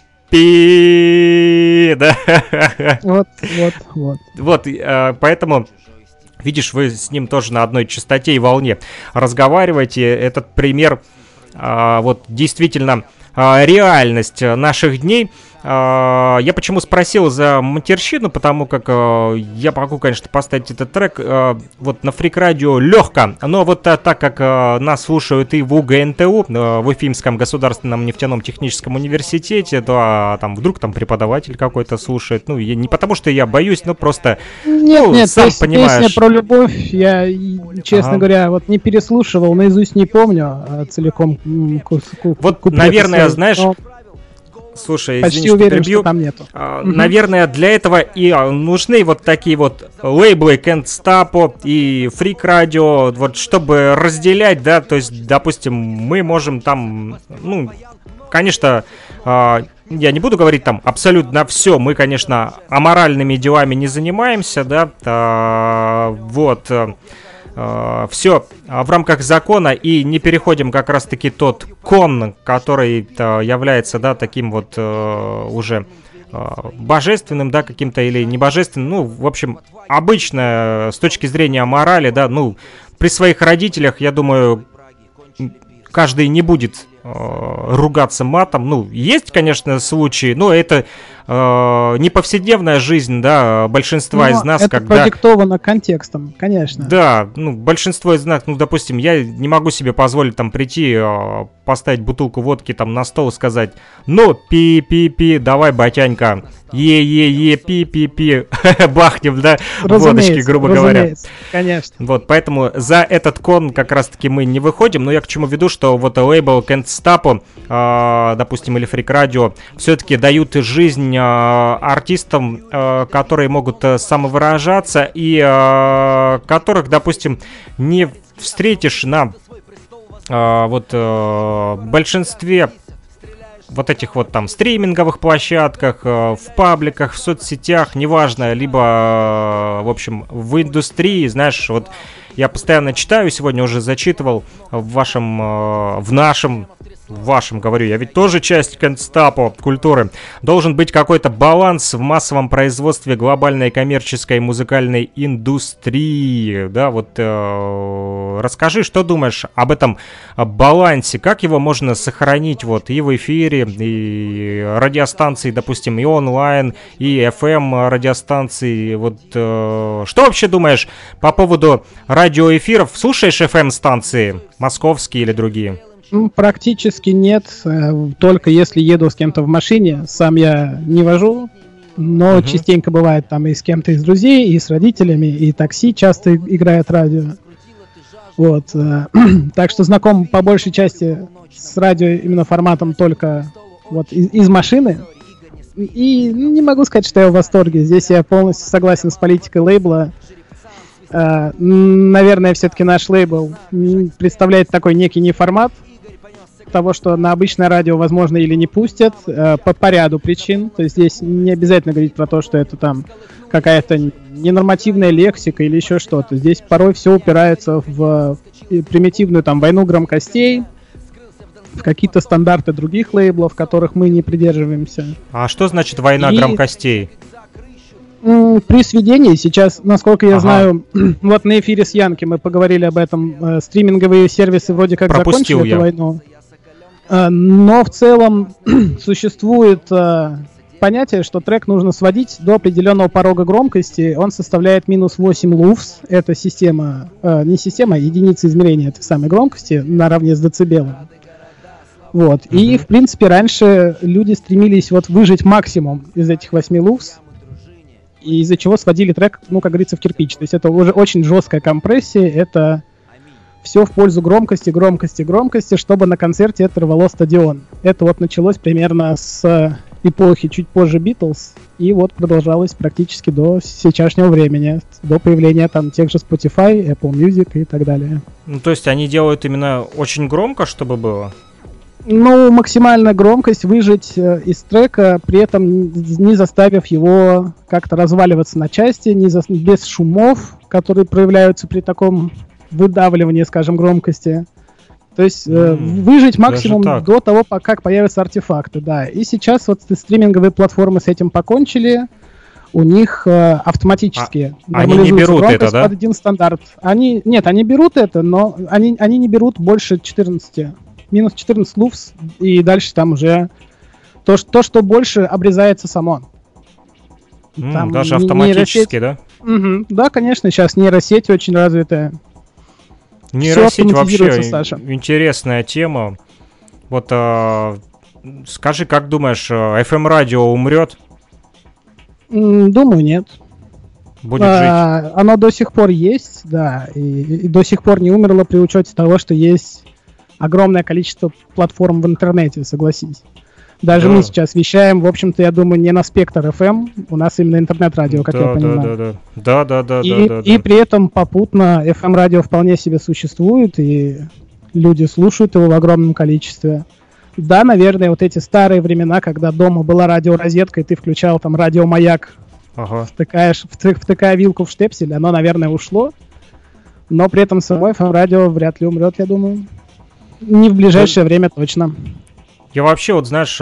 пи, да? Вот, вот, вот. Вот, э, поэтому, видишь, вы с ним тоже на одной частоте и волне разговариваете. Этот пример, э, вот, действительно, э, реальность наших дней. Uh, я почему спросил за матерщину, потому как uh, я могу, конечно, поставить этот трек uh, вот на Freak Radio легко, но вот uh, так как uh, нас слушают и в УГНТУ, uh, в Уфимском государственном нефтяном техническом университете, то uh, там вдруг там преподаватель какой-то слушает, ну, я, не потому что я боюсь, но просто, нет, ну, нет, сам пес- понимаешь. Песня про любовь, я, честно Ага. говоря, вот не переслушивал, наизусть не помню а целиком. М, ку- ку- Вот, куплеты наверное, свои, знаешь, но слушай, почти извини, что уверен, перебью. что там нету. А, Мгм. Наверное, для этого и а, нужны вот такие вот лейблы Кентстапо и Freak Radio, вот чтобы разделять, да, то есть, допустим, мы можем там, ну, конечно, а, я не буду говорить там абсолютно все, мы, конечно, аморальными делами не занимаемся, да, а, вот, все в рамках закона и не переходим как раз-таки тот кон, который является, да, таким вот э, уже э, божественным, да, каким-то или небожественным, ну, в общем, обычно с точки зрения морали, да, ну, при своих родителях, я думаю, каждый не будет э, ругаться матом. Ну, есть, конечно, случаи, но это э, не повседневная жизнь, да, большинства Но из нас, это когда... продиктовано контекстом, конечно. Да, ну, большинство из нас, ну, допустим, я не могу себе позволить там прийти, э, поставить бутылку водки там на стол и сказать, ну, пи-пи-пи, давай, батянька, е-е-е, пи-пи-пи, бахнем, да, водочки, грубо говоря. Конечно. Вот, поэтому за этот кон как раз-таки мы не выходим, но я к чему веду, что вот лейбл Кентстапо, э, допустим, или Freak Radio, все-таки дают жизнь э, артистам, э, которые могут э, самовыражаться и э, которых, допустим, не встретишь на э, вот э, большинстве вот этих вот там стриминговых площадках, э, в пабликах, в соцсетях, неважно, либо, э, в общем, в индустрии, знаешь, вот я постоянно читаю, сегодня уже зачитывал в вашем, э, в нашем, в вашем, говорю, я ведь тоже часть Кентстапо культуры. Должен быть какой-то баланс в массовом производстве глобальной коммерческой музыкальной индустрии. Да, вот э, расскажи, что думаешь об этом балансе, как его можно сохранить вот и в эфире, и радиостанции, допустим, и онлайн, и эф эм радиостанции. Вот э, что вообще думаешь по поводу радиоэфиров? Слушаешь эф эм станции, московские или другие? Ну, практически нет, э, только если еду с кем-то в машине, сам я не вожу, но Мгм. частенько бывает там и с кем-то из друзей, и с родителями, и такси часто играет радио. Вот, э, так что знаком по большей части с радио именно форматом только вот из, из машины. И ну, не могу сказать, что я в восторге. Здесь я полностью согласен с политикой лейбла. Э, м, наверное, все-таки наш лейбл м, представляет такой некий неформат того, что на обычное радио, возможно, или не пустят, э, по, по ряду причин. То есть здесь не обязательно говорить про то, что это там какая-то ненормативная лексика или еще что-то. Здесь порой все упирается в э, примитивную там войну громкостей, в какие-то стандарты других лейблов, которых мы не придерживаемся. А что значит война И- громкостей? М, При сведении сейчас, насколько я Ага. знаю, вот на эфире с Янки мы поговорили об этом, э, стриминговые сервисы вроде как Пропустил закончили я. эту войну. Э, Но в целом существует э, понятие, что трек нужно сводить до определенного порога громкости. Он составляет минус восемь луфс. Это система, э, не система, а единица измерения этой самой громкости наравне с децибелом. Вот. И, Мгм. в принципе, раньше люди стремились вот выжать максимум из этих восьми луфс, и из-за чего сводили трек, ну, как говорится, в кирпич. То есть это уже очень жесткая компрессия, это все в пользу громкости, громкости, громкости, чтобы на концерте это рвало стадион. Это вот началось примерно с эпохи, чуть позже Beatles, и вот продолжалось практически до сейчасшнего времени, до появления там тех же Spotify, Apple Music и так далее. Ну, то есть они делают именно очень громко, чтобы было? Ну, максимальная громкость выжать э, из трека, при этом не заставив его как-то разваливаться на части, не за... без шумов, которые проявляются при таком выдавливании, скажем, громкости. То есть э, mm, выжить максимум до того, как появятся артефакты, да. И сейчас вот стриминговые платформы с этим покончили. У них э, автоматически а, они не берут это, да? Под один стандарт. Они, нет, они берут это, но они, они не берут больше четырнадцати. Минус четырнадцать луфс, и дальше там уже то, что, то, что больше обрезается само. Mm, даже автоматически, нейросеть... да? Угу. Да, конечно, сейчас нейросеть очень развитая. Нейросеть вообще Саша. Интересная тема. Вот а, скажи, как думаешь, эф эм-радио умрет? Думаю, нет. Будет а, жить? Оно до сих пор есть, да, и, и до сих пор не умерло при учете того, что есть огромное количество платформ в интернете, согласись. Даже да. мы сейчас вещаем, в общем-то, я думаю, не на Спектр эф эм, у нас именно интернет-радио, как да, я понимаю. Да, да, да, да, да, и, да, и да. при этом попутно эф эм-радио вполне себе существует, и люди слушают его в огромном количестве. Да, наверное, вот эти старые времена, когда дома была радиорозетка, и ты включал там радиомаяк, ага. втыкаешь, втык, втыкая вилку в штепсель, оно, наверное, ушло. Но при этом само эф эм-радио вряд ли умрет, я думаю. Не в ближайшее да. время точно. Я вообще, вот знаешь,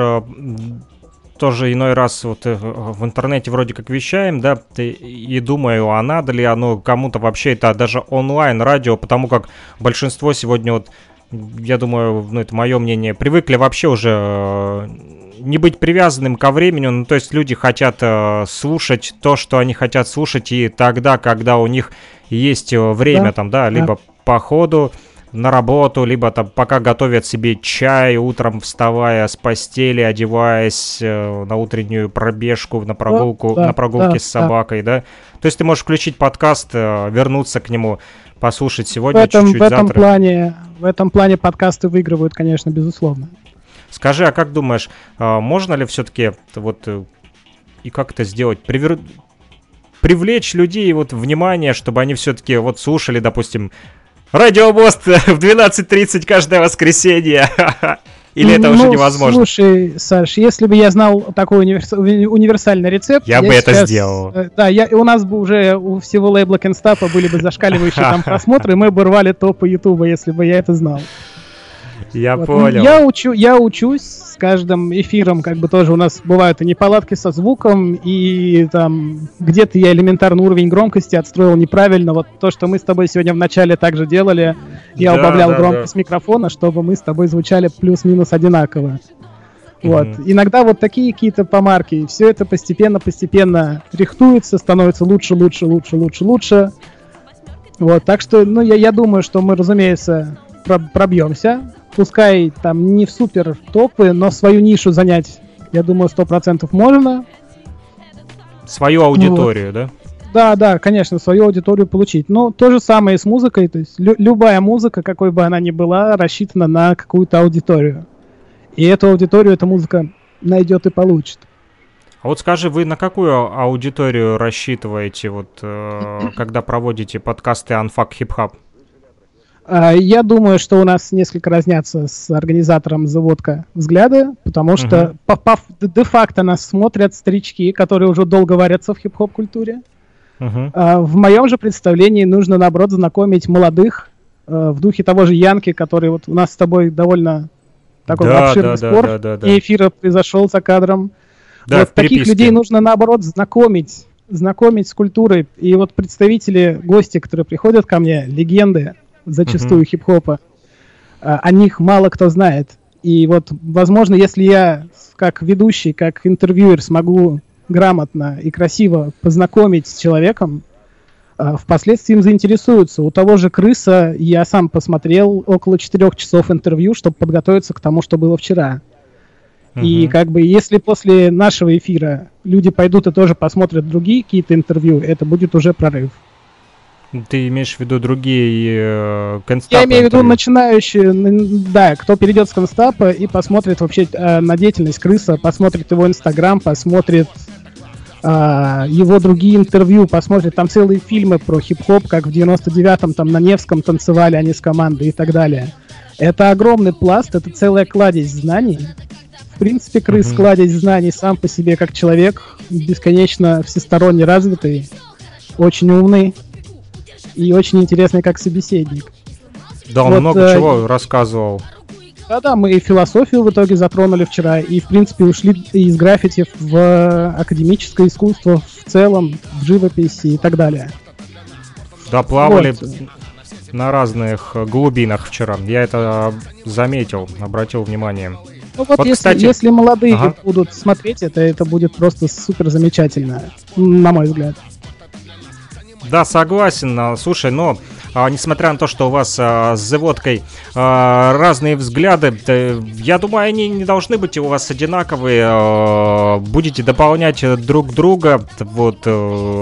тоже иной раз вот в интернете вроде как вещаем, да, и думаю, а надо ли оно кому-то вообще, это даже онлайн-радио, потому как большинство сегодня, вот, я думаю, ну это мое мнение, привыкли вообще уже не быть привязанным ко времени, ну то есть люди хотят слушать то, что они хотят слушать, и тогда, когда у них есть время, да. там, да, либо да. по ходу на работу, либо там пока готовят себе чай, утром вставая с постели, одеваясь э, на утреннюю пробежку, на прогулку, да, на прогулке да, с собакой, да. да. То есть ты можешь включить подкаст, э, вернуться к нему, послушать сегодня, в этом, чуть-чуть в этом завтра. Плане, в этом плане подкасты выигрывают, конечно, безусловно. Скажи, а как думаешь, э, можно ли все-таки вот э, и как это сделать, привер... привлечь людей вот внимание, чтобы они все-таки вот слушали, допустим, Радио Мост в двенадцать тридцать каждое воскресенье. Или это ну, уже невозможно? Слушай, Саш, если бы я знал такой универс... универсальный рецепт... Я, я бы сейчас... это сделал. Да, я... у нас бы уже у всего лейбла Кенстапа были бы зашкаливающие там просмотры, и мы бы рвали топы Ютуба, если бы я это знал. Я вот. понял. Я, учу, я учусь с каждым эфиром, как бы тоже у нас бывают и неполадки со звуком, и там где-то я элементарный уровень громкости отстроил неправильно. Вот то, что мы с тобой сегодня в начале также делали, я да, убавлял да, громкость да. микрофона, чтобы мы с тобой звучали плюс-минус одинаково. Вот. Mm-hmm. Иногда вот такие какие-то помарки, и все это постепенно-постепенно рихтуется, становится лучше, лучше, лучше, лучше, лучше. Вот, так что, ну, я, я думаю, что мы, разумеется, пробьемся. Пускай там не в супер топы, но свою нишу занять, я думаю, сто процентов можно. Свою аудиторию, вот. да? Да, да, конечно, свою аудиторию получить. Но то же самое и с музыкой. То есть лю- любая музыка, какой бы она ни была, рассчитана на какую-то аудиторию. И эту аудиторию эта музыка найдет и получит. А вот скажи, вы на какую аудиторию рассчитываете, вот, э, когда проводите подкасты Unfuck Hip Hop? Я думаю, что у нас несколько разнятся с организатором «Заводка» взгляды, потому что uh-huh. по, по, де-факто нас смотрят старички, которые уже долго варятся в хип-хоп культуре. Uh-huh. А, в моем же представлении нужно, наоборот, знакомить молодых а, в духе того же Янки, который вот у нас с тобой довольно такой да, обширный да, спор да, да, да, и эфира произошел за кадром. Да, вот таких людей нужно, наоборот, знакомить, знакомить с культурой. И вот представители, гости, которые приходят ко мне, легенды, зачастую uh-huh. хип-хопа, а, о них мало кто знает. И вот, возможно, если я как ведущий, как интервьюер смогу грамотно и красиво познакомить с человеком, а, впоследствии им заинтересуются. У того же Крыса я сам посмотрел около четырех часов интервью, чтобы подготовиться к тому, что было вчера. Uh-huh. И как бы если после нашего эфира люди пойдут и тоже посмотрят другие какие-то интервью, это будет уже прорыв. Ты имеешь в виду другие э, констапы? Я имею в виду интервью? начинающие, н- да, кто перейдет с констапа и посмотрит вообще э, на деятельность Крыса, посмотрит его инстаграм, посмотрит э, его другие интервью, посмотрит там целые фильмы про хип-хоп, как в девяносто девятом там на Невском танцевали они с командой и так далее. Это огромный пласт, это целая кладезь знаний. В принципе, Крыс Мгм. кладезь знаний сам по себе как человек, бесконечно всесторонне развитый, очень умный и очень интересный как собеседник. Да, он Вот, много э, чего рассказывал. Да-да, мы и философию в итоге затронули вчера, и, в принципе, ушли из граффити в академическое искусство в целом, в живописи и так далее. Да, плавали Вот. на разных э, глубинах вчера. Я это э, заметил, обратил внимание. Ну вот, Вот, если, кстати- если молодые Ага. будут смотреть это, это будет просто супер замечательно, на мой взгляд. Да, согласен. а, Слушай, но а, несмотря на то, что у вас а, с заводкой а, разные взгляды, да, я думаю, они не должны быть у вас одинаковые. а, Будете дополнять э, друг друга. Вот э,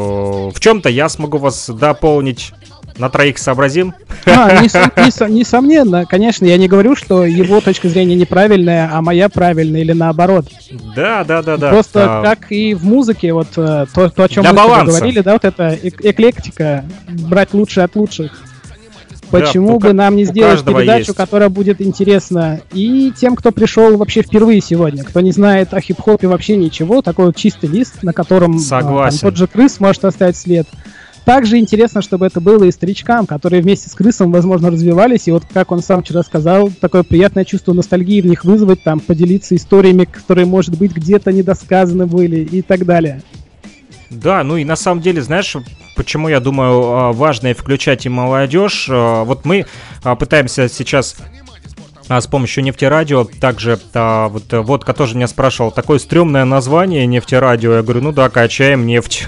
в чем-то я смогу вас дополнить. На троих сообразим. А, несом- несом- несомненно, конечно, я не говорю, что его точка зрения неправильная, а моя правильная или наоборот. Да, да, да, да. Просто А, как и в музыке, вот э, то, то, о чем Для мы с тобой баланса. говорили, да, вот это эк- эклектика, брать лучшее от лучших. Да, Почему у бы ка- нам не у сделать каждого передачу, есть. которая будет интересна и тем, кто пришел вообще впервые сегодня, кто не знает о хип-хопе вообще ничего, такой вот чистый лист, на котором а, Согласен. там тот же Крыс может оставить след. Также интересно, чтобы это было и старичкам, которые вместе с Крысом, возможно, развивались, и вот, как он сам вчера сказал, такое приятное чувство ностальгии в них вызвать, там, поделиться историями, которые, может быть, где-то недосказаны были и так далее. Да, ну и на самом деле, знаешь, почему я думаю, а, важно и включать и молодежь. А, Вот мы а, пытаемся сейчас а, с помощью нефтерадио, также а, вот э, Водка тоже меня спрашивал, такое стрёмное название нефтерадио. Я говорю, ну да, качаем нефть.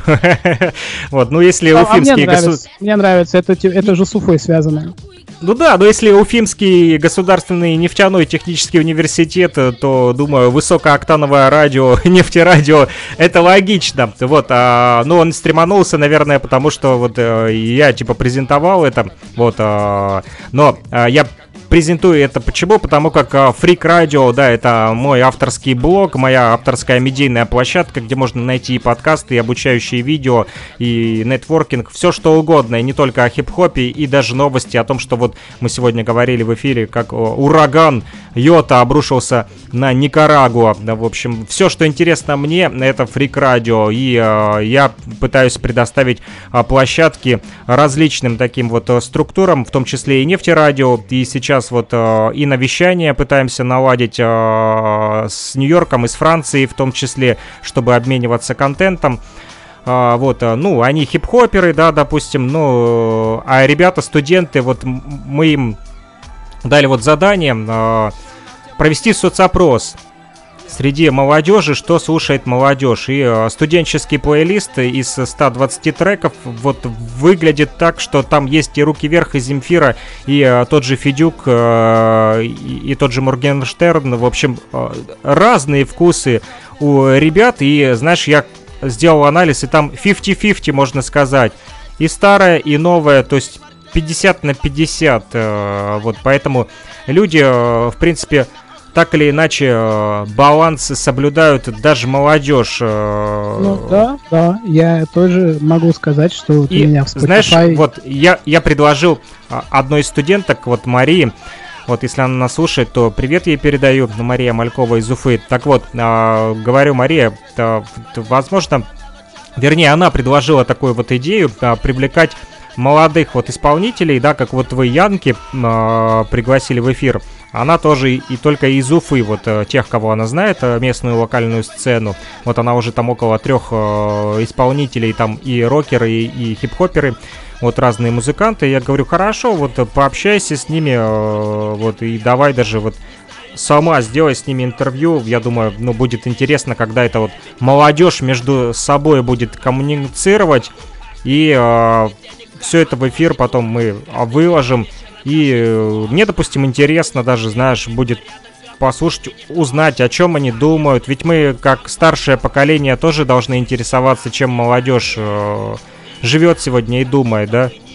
Вот, ну если А, а мне уфимские нравится, госу- мне нравится, это, те- это же с Уфой связано. Ну да, но если Уфимский государственный нефтяной технический университет, э, то, думаю, высокооктановое радио, нефтерадио, это логично. Вот, а, ну он стреманулся, наверное, потому что вот э, я типа презентовал это, вот, а, но а, я презентую это почему? Потому как а, Freak Radio, да, это мой авторский блог, моя авторская медийная площадка, где можно найти и подкасты, и обучающие видео, и нетворкинг, все что угодно, и не только о хип-хопе, и даже новости о том, что вот мы сегодня говорили в эфире, как о, ураган Йота обрушился на Никарагуа. Да, в общем, все, что интересно мне, это Freak Radio, и а, я пытаюсь предоставить а, площадки различным таким вот а, структурам, в том числе и нефтерадио, и сейчас вот э, и навещание пытаемся наладить э, с Нью-Йорком и с Францией в том числе, чтобы обмениваться контентом. А, вот, э, ну, они хип-хоперы, да, допустим, ну, а ребята, студенты, вот м- мы им дали вот задание э, провести соцопрос среди молодежи, что слушает молодежь. И э, студенческий плейлист из ста двадцати треков вот выглядит так, что там есть и «Руки вверх», и «Земфира», и э, тот же Федюк, э, и, и тот же Моргенштерн. В общем, э, разные вкусы у ребят. И, знаешь, я сделал анализ, и там пятьдесят на пятьдесят, можно сказать. И старое, и новое, то есть пятьдесят на пятьдесят. Э, вот, поэтому люди, э, в принципе, так или иначе, э, баланс соблюдают даже молодежь. э, Ну да, да, я тоже могу сказать, что вот И у меня в Spotify... знаешь, вот я, я предложил а, одной из студенток, вот Марии, вот если она нас слушает, то привет ей передаю, Мария Малькова из Уфы. Так вот, а, говорю, Мария, то, то, возможно, вернее, она предложила такую вот идею а, привлекать молодых вот исполнителей, да, как вот вы Янки а, пригласили в эфир. Она тоже и, и только из Уфы, вот э, тех, кого она знает, э, местную локальную сцену. Вот она уже там около трех э, исполнителей, там и рокеры, и, и хип-хоперы, вот разные музыканты. Я говорю, хорошо, вот э, пообщайся с ними, э, вот, и давай даже вот сама сделай с ними интервью. Я думаю, ну, будет интересно, когда это вот молодежь между собой будет коммуницировать, и э, все это в эфир потом мы выложим. И э, мне, допустим, интересно даже, знаешь, будет послушать, узнать, о чем они думают. Ведь мы, как старшее поколение, тоже должны интересоваться, чем молодежь э, живет сегодня и думает, да?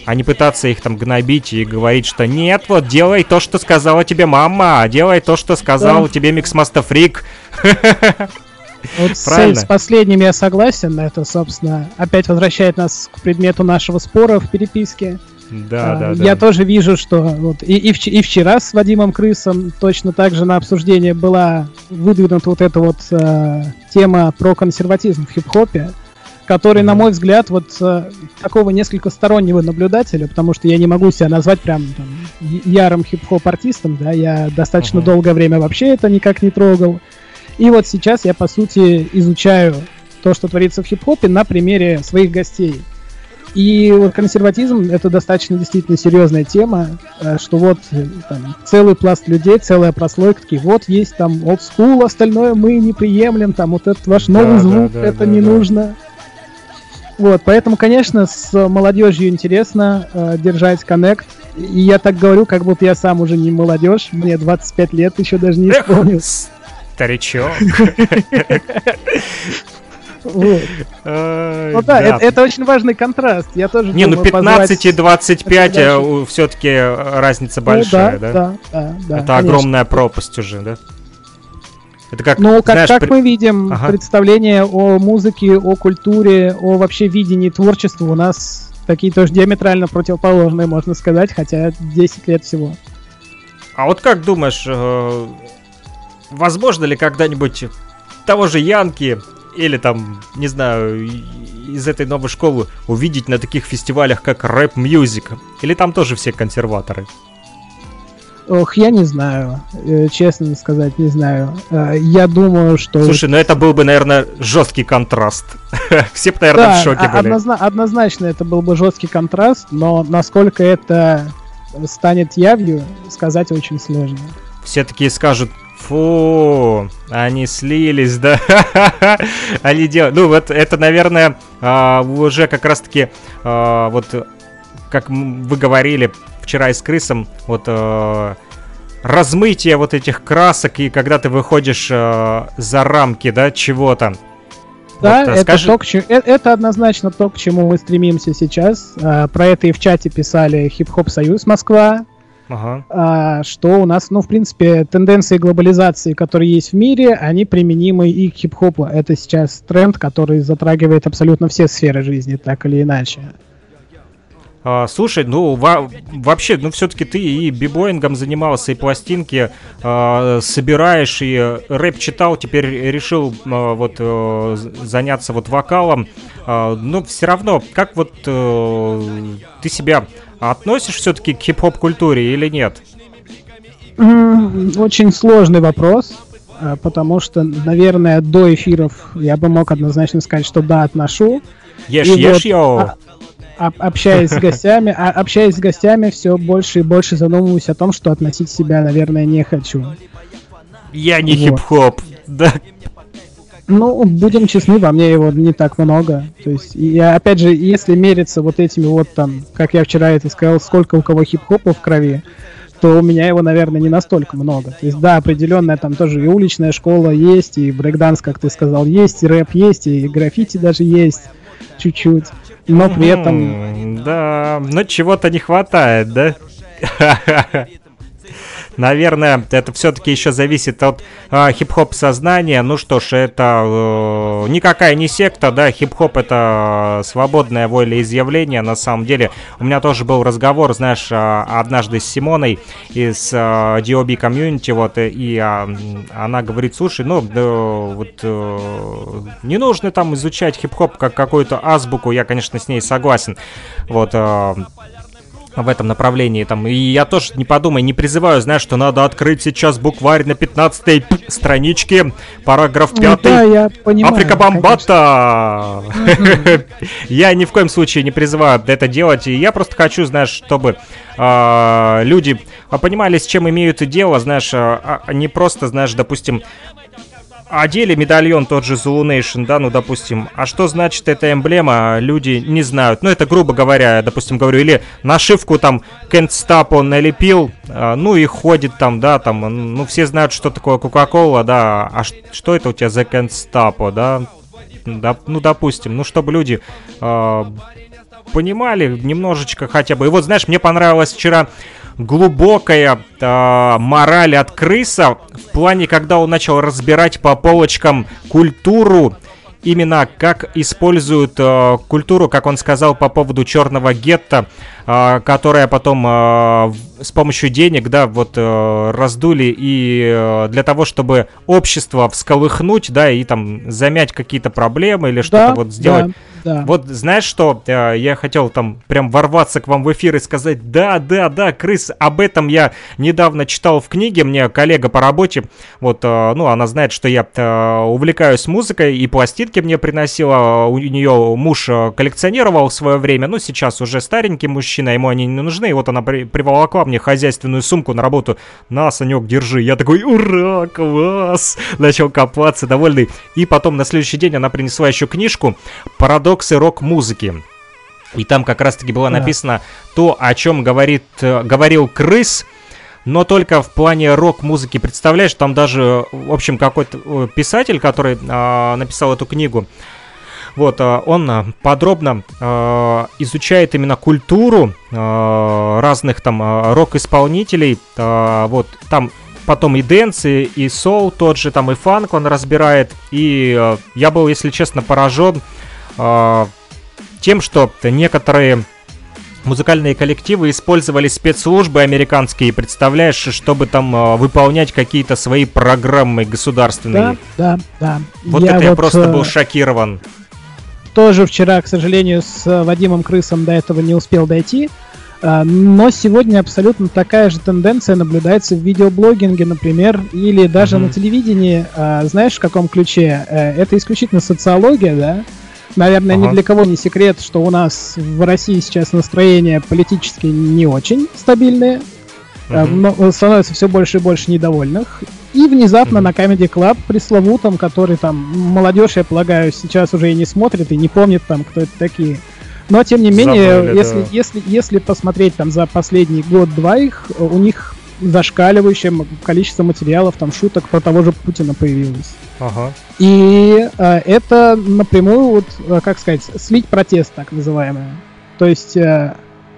а не пытаться их там гнобить и говорить, что нет, вот делай то, что сказала тебе мама, делай то, что сказал Да. тебе Mixmaster Freak. Вот с, Правильно. с последним я согласен. Это, собственно, опять возвращает нас к предмету нашего спора в переписке. Да, А, да, да. Я тоже вижу, что вот и, и, вч- и вчера с Вадимом Крысом точно так же на обсуждение была выдвинута вот эта вот э, тема про консерватизм в хип-хопе, который, на мой взгляд, вот э, такого несколько стороннего наблюдателя, потому что я не могу себя назвать прям там, я- ярым хип-хоп-артистом, да, я достаточно Мгм. долгое время вообще это никак не трогал. И вот сейчас я, по сути, изучаю то, что творится в хип-хопе на примере своих гостей. И вот консерватизм — это достаточно действительно серьезная тема, э, что вот э, там, целый пласт людей, целая прослойка такие, вот есть там old school, остальное мы не приемлем, там вот этот ваш Да, новый да, звук, да, это да, не да. нужно. Вот, поэтому, конечно, с молодежью интересно э, держать коннект. И я так говорю, как будто я сам уже не молодежь, мне двадцать пять лет еще даже не Эх, исполнилось. старичок. Вот. Ай, Ну да, это, это очень важный контраст. Я тоже Не, ну думаю, пятнадцать и позвать- двадцать пять передачу. все-таки разница Ну большая, да, да? да, да, да, Это конечно. огромная пропасть уже, да? Это как, Ну, как, знаешь, как при- мы видим, Ага. представление о музыке, о культуре, о вообще видении творчества у нас такие тоже диаметрально противоположные, можно сказать, хотя десять лет всего. А вот как думаешь, э, возможно ли когда-нибудь того же Янки или там, не знаю, и- из этой новой школы увидеть на таких фестивалях, как Рэп Мьюзик? Или там тоже все консерваторы? Ох, я не знаю, э, честно сказать, не знаю. Э, Я думаю, что... Слушай, ну это был бы, наверное, жесткий контраст. Все бы, наверное, Да, в шоке а- были. однозна- однозначно это был бы жесткий контраст, но насколько это станет явью, сказать очень сложно. Все такие скажут: фу, они слились, да? Они делают... Ну, вот это, наверное, а, уже как раз-таки, а, вот, как м- вы говорили вчера и с Крысом, вот, а, размытие вот этих красок, и когда ты выходишь а, за рамки, да, чего-то. Да, Вот, а это, скажи- то, к чему- э- это однозначно то, к чему мы стремимся сейчас. А, Про это и в чате писали Хип-Хоп Союз Москва, Ага. а, что у нас, ну, в принципе, тенденции глобализации, которые есть в мире, они применимы и к хип-хопу. Это сейчас тренд, который затрагивает абсолютно все сферы жизни, так или иначе. А, слушай, ну во- вообще, ну все-таки ты и бибоингом занимался, и пластинки а, собираешь, и э, рэп читал, теперь решил а, вот э, з- заняться вот вокалом. А, но все равно, как вот э, ты себя относишь все-таки к хип-хоп культуре или нет? М, Очень сложный вопрос, а, потому что, наверное, до эфиров я бы мог однозначно сказать, что да, отношу. Ешь, И ешь, вот, йоу. а- об- общаясь с гостями, а, общаясь с гостями, все больше и больше задумываюсь о том, что относить себя, наверное, не хочу. Я не вот. хип-хоп. Да. Ну, будем честны, во мне его не так много. То есть, и я, опять же, если мериться вот этими вот там, как я вчера это сказал, сколько у кого хип-хопа в крови, то у меня его, наверное, не настолько много. То есть, да, определенная там тоже и уличная школа есть, и брейкданс, как ты сказал, есть, и рэп есть, и граффити даже есть чуть-чуть. Но при этом... М, Да, но чего-то не хватает, да? Наверное, это все-таки еще зависит от а, хип-хоп сознания. Ну что ж, это э, никакая не секта, да, хип-хоп это свободное волеизъявление. На самом деле, у меня тоже был разговор, знаешь, а, однажды с Симоной из а, ди о би комьюнити, вот, и а, м, она говорит: слушай, ну, э, вот э, не нужно там изучать хип-хоп как какую-то азбуку, я, конечно, с ней согласен, вот, э, в этом направлении, там, и я тоже, не подумай, не призываю, знаешь, что надо открыть сейчас букварь на пятнадцатой страничке, параграф Ну пятый. да, я понимаю. Африка Бомбата! Я ни в коем случае не призываю это делать. И я просто хочу, знаешь, чтобы а, люди а, понимали, с чем имеют дело, знаешь, а, а не просто, знаешь, допустим, одели медальон тот же Zulu Nation, да, ну, допустим, а что значит эта эмблема, люди не знают. Ну, это грубо говоря, я, допустим, говорю, или нашивку там Can't Stop он налепил, а, ну, и ходит там, да, там, ну, все знают, что такое Coca-Cola, да, а ш- что это у тебя за Can't Stop, да, да, ну, допустим, ну, чтобы люди а, понимали немножечко хотя бы. И вот, знаешь, мне понравилось вчера глубокая э, мораль от Крыса в плане, когда он начал разбирать по полочкам культуру, именно как используют э, культуру, как он сказал по поводу черного гетто, э, которая потом э, с помощью денег, да, вот э, раздули и э, для того, чтобы общество всколыхнуть, да, и там замять какие-то проблемы или что-то Да, вот сделать. да, да. Вот знаешь что, э, я хотел там прям ворваться к вам в эфир и сказать, да, да, да, Крыс, об этом я недавно читал в книге, мне коллега по работе, вот, э, ну, она знает, что я э, увлекаюсь музыкой, и пластинки мне приносила, у нее муж э, коллекционировал в свое время, ну, сейчас уже старенький мужчина, ему они не нужны, и вот она при, приволокла мне хозяйственную сумку на работу, на, Санек, держи, я такой, ура, класс, начал копаться, довольный, и потом на следующий день она принесла еще книжку «Парадоксы рок-музыки». И там как раз-таки было Да. написано то, о чем говорит, э, говорил Крыс, но только в плане рок-музыки. Представляешь, там даже, в общем, какой-то э, писатель, который э, написал эту книгу, вот, э, он э, подробно э, изучает именно культуру э, разных там э, рок-исполнителей, э, вот, там потом и дэнс, и, и соул тот же, там и фанк он разбирает, и э, я был, если честно, поражен э, тем, что некоторые музыкальные коллективы использовали спецслужбы американские, представляешь, чтобы там э, выполнять какие-то свои программы государственные. Да, да, да. Вот это я вот, просто э, был шокирован. Тоже вчера, к сожалению, с э, Вадимом Крысом до этого не успел дойти. э, Но сегодня абсолютно такая же тенденция наблюдается в видеоблогинге, например, или даже Мгм. на телевидении. Э, Знаешь, в каком ключе? Э, Это исключительно социология, да? Наверное, ни Ага. для кого не секрет, что у нас в России сейчас настроения политически не очень стабильные. Э, Мгм. но становится все больше и больше недовольных. И внезапно Мгм. на Comedy Club пресловутом, который там молодежь, я полагаю, сейчас уже и не смотрит, и не помнит там, кто это такие. Но тем не менее, Забыли, если, да. если, если посмотреть там за последний год-два их, э, у них зашкаливающее м- количество материалов, там шуток про того же Путина появилось. Ага. И э, это напрямую, вот, э, как сказать, слить протест, так называемый. То есть э,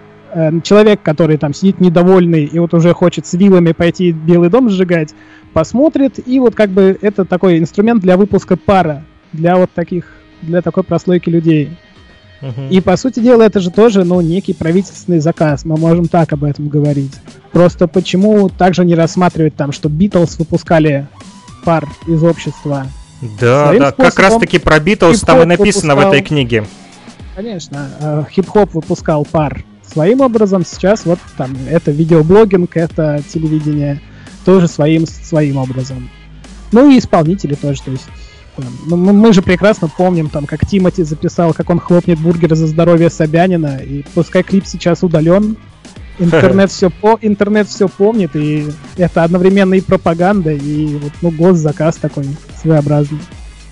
э, человек, который там сидит недовольный и вот уже хочет с вилами пойти Белый дом сжигать, посмотрит, и вот как бы это такой инструмент для выпуска пара, для вот таких, для такой прослойки людей. Мгм. И, по сути дела, это же тоже, ну, некий правительственный заказ, мы можем так об этом говорить. Просто почему также не рассматривать там, что Битлз выпускали пар из общества? Да, Своим да, как способом раз таки про Битлз там и хип-хоп написано в выпускал. этой книге. Конечно, э, хип-хоп выпускал пар своим образом, сейчас вот там это видеоблогинг, это телевидение тоже своим, своим образом. Ну и исполнители тоже, то есть там, ну, мы, мы же прекрасно помним, там, как Тимати записал, как он хлопнет бургер за здоровье Собянина, и пускай клип сейчас удален, интернет все по, интернет все помнит, и это одновременно и пропаганда, и вот, ну, госзаказ такой своеобразный.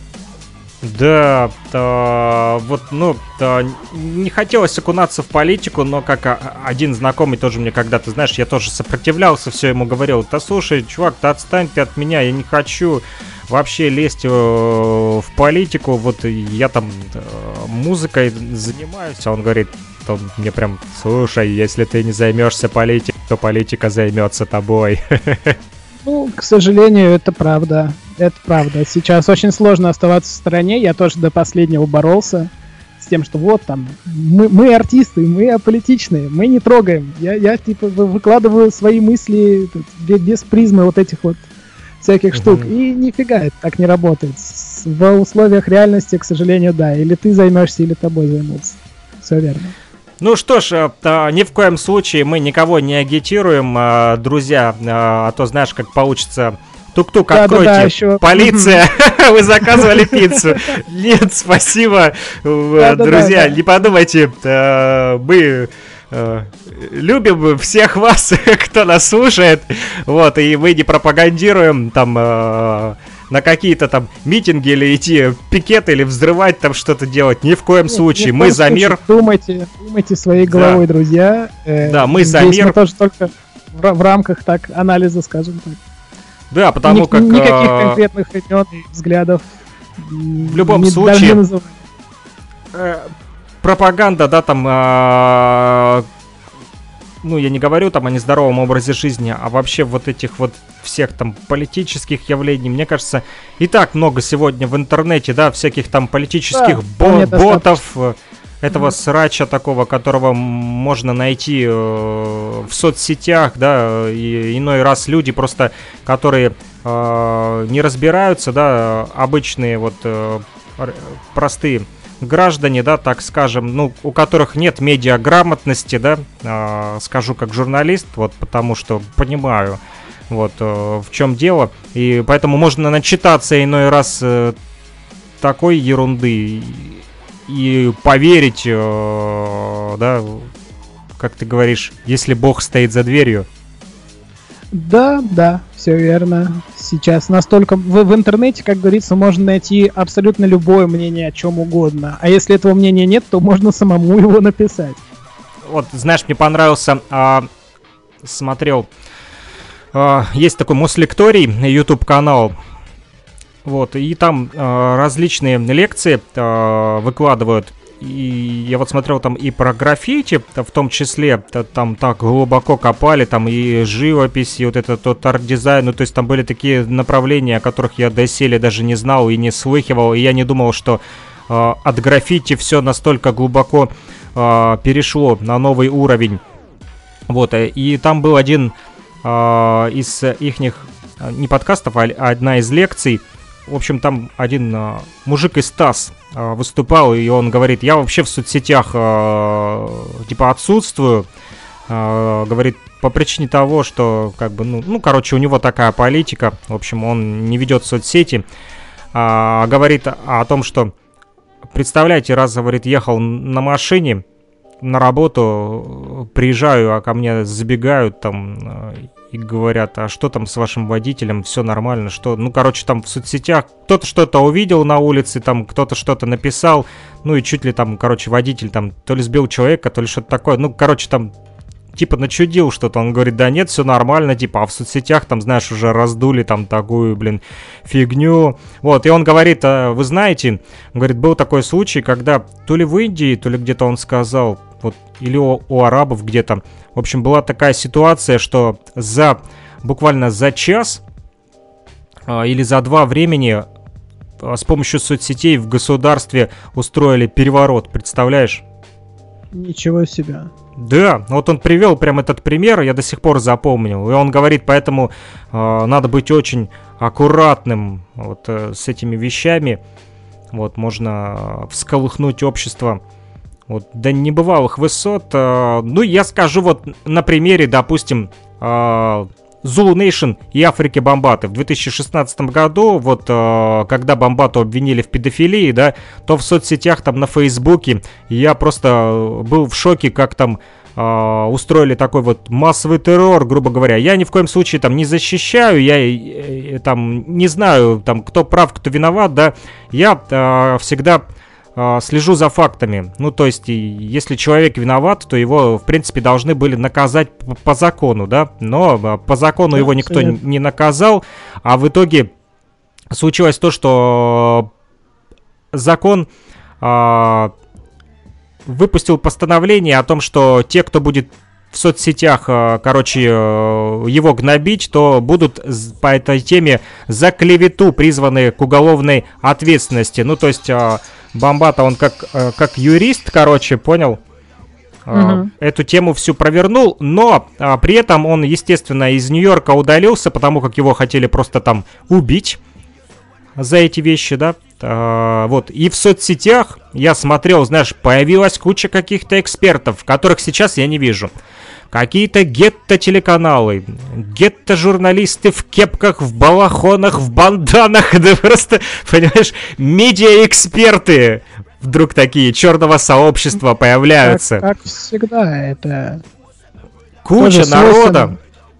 Да, да, вот, ну, да, не хотелось окунаться в политику, но как а, один знакомый тоже мне когда-то, знаешь, я тоже сопротивлялся, все ему говорил, да слушай, чувак, ты отстань ты от меня, я не хочу вообще лезть э, в политику, вот я там э, музыкой занимаюсь, а он говорит, то мне прям, слушай, если ты не займешься политикой, то политика займется тобой. Ну, к сожалению, это правда. Это правда. Сейчас очень сложно оставаться в стороне. Я тоже до последнего боролся с тем, что вот там мы, мы артисты, мы аполитичные, мы не трогаем. Я, я типа вы- выкладываю свои мысли тут, бе- без призмы вот этих вот всяких Мгм. штук. И нифига это так не работает. С- В условиях реальности, к сожалению, да. Или ты займешься, или тобой займутся. Все верно. Ну что ж, э, та, ни в коем случае мы никого не агитируем, э, друзья, э, а то знаешь, как получится. Тук-тук, Да-да-да, откройте. ещё. Полиция, вы заказывали пиццу. Нет, спасибо, э, Да-да-да, друзья, да. не подумайте, э, мы э, любим всех вас, кто нас слушает, вот, и мы не пропагандируем там э, на какие-то там митинги или идти пикеты или взрывать там что-то делать, ни в коем Нет, случае, ни в мы коем за случае. мир. Думайте, думайте своей Да. головой, друзья. Э, Да, мы за здесь мир. Мы тоже только в, ра- в рамках так анализа, скажем так. Да, потому Ник- как... Никаких э, конкретных имен и взглядов. в любом не, случае- даже не называй. э, пропаганда, да, там, а, ну, я не говорю там о нездоровом образе жизни, а вообще вот этих вот всех там политических явлений, мне кажется, и так много сегодня в интернете, да, всяких там политических да, бо- ботов, этого mm-hmm. срача такого, которого можно найти э, в соцсетях, да, и иной раз люди просто, которые э, не разбираются, да, обычные вот э, простые граждане, да, так скажем, ну, у которых нет медиаграмотности, да, э, скажу как журналист, вот, потому что понимаю, вот, э, в чем дело, и поэтому можно начитаться иной раз э, такой ерунды и поверить, э, да, как ты говоришь, если Бог стоит за дверью. Да, да, все верно. Сейчас настолько в, в интернете, как говорится, можно найти абсолютно любое мнение о чем угодно. А если этого мнения нет, то можно самому его написать. Вот, знаешь, мне понравился, а, смотрел, а, есть такой Мослекторий, YouTube канал. Вот, и там э, различные лекции э, выкладывают. И я вот смотрел там и про граффити, в том числе, там так глубоко копали, там и живопись, и вот этот тот арт-дизайн. Ну, то есть там были такие направления, о которых я доселе даже не знал и не слыхивал. И я не думал, что э, от граффити все настолько глубоко э, перешло на новый уровень. Вот, и там был один э, из ихних, не подкастов, а одна из лекций. В общем, там один а, мужик из ТАСС а, выступал, и он говорит, я вообще в соцсетях а, типа отсутствую, а, говорит, по причине того, что, как бы, ну, ну, короче, у него такая политика, в общем, он не ведет соцсети, а, говорит о том, что, представляете, раз, говорит, ехал на машине на работу, приезжаю, а ко мне забегают там и говорят, а что там с вашим водителем, все нормально, что, ну, короче, там в соцсетях кто-то что-то увидел на улице, там кто-то что-то написал, ну, и чуть ли там, короче, водитель там то ли сбил человека, то ли что-то такое, ну, короче, там, типа, начудил что-то, он говорит, да нет, все нормально, типа, а в соцсетях, там, знаешь, уже раздули там такую, блин, фигню, вот, и он говорит, а, вы знаете, он говорит, был такой случай, когда то ли в Индии, то ли где-то он сказал, вот, или у, у арабов где-то, в общем, была такая ситуация, что за, буквально за час а, или за два времени а, с помощью соцсетей в государстве устроили переворот, представляешь? Ничего себе. Да, вот он привел прям этот пример, я до сих пор запомнил. И он говорит, поэтому э, надо быть очень аккуратным вот, э, с этими вещами. Вот, можно всколыхнуть общество вот, до небывалых высот. Э, ну, я скажу вот на примере, допустим, э, Zulu Nation и Африки Бамбаты. В две тысячи шестнадцатом году, вот, э, когда Бамбату обвинили в педофилии, да, то в соцсетях, там, на Фейсбуке, я просто был в шоке, как там э, устроили такой вот массовый террор, грубо говоря. Я ни в коем случае там не защищаю, я э, там не знаю, там, кто прав, кто виноват, да. Я э, всегда слежу за фактами. Ну, то есть, если человек виноват, то его, в принципе, должны были наказать по, по закону, да? Но по закону да, его никто не, не наказал, а в итоге случилось то, что закон а, выпустил постановление о том, что те, кто будет в соцсетях, короче, его гнобить, то будут по этой теме за клевету призваны к уголовной ответственности. Ну, то есть... Бамбата, он как, как юрист, короче, понял, uh-huh. эту тему всю провернул, но а, при этом он, естественно, из Нью-Йорка удалился, потому как его хотели просто там убить за эти вещи, да, а, вот, и в соцсетях я смотрел, знаешь, появилась куча каких-то экспертов, которых сейчас я не вижу. Какие-то гетто-телеканалы, гетто-журналисты в кепках, в балахонах, в банданах, да просто, понимаешь, медиа-эксперты вдруг такие черного сообщества появляются. Как, как всегда, это... Куча народа.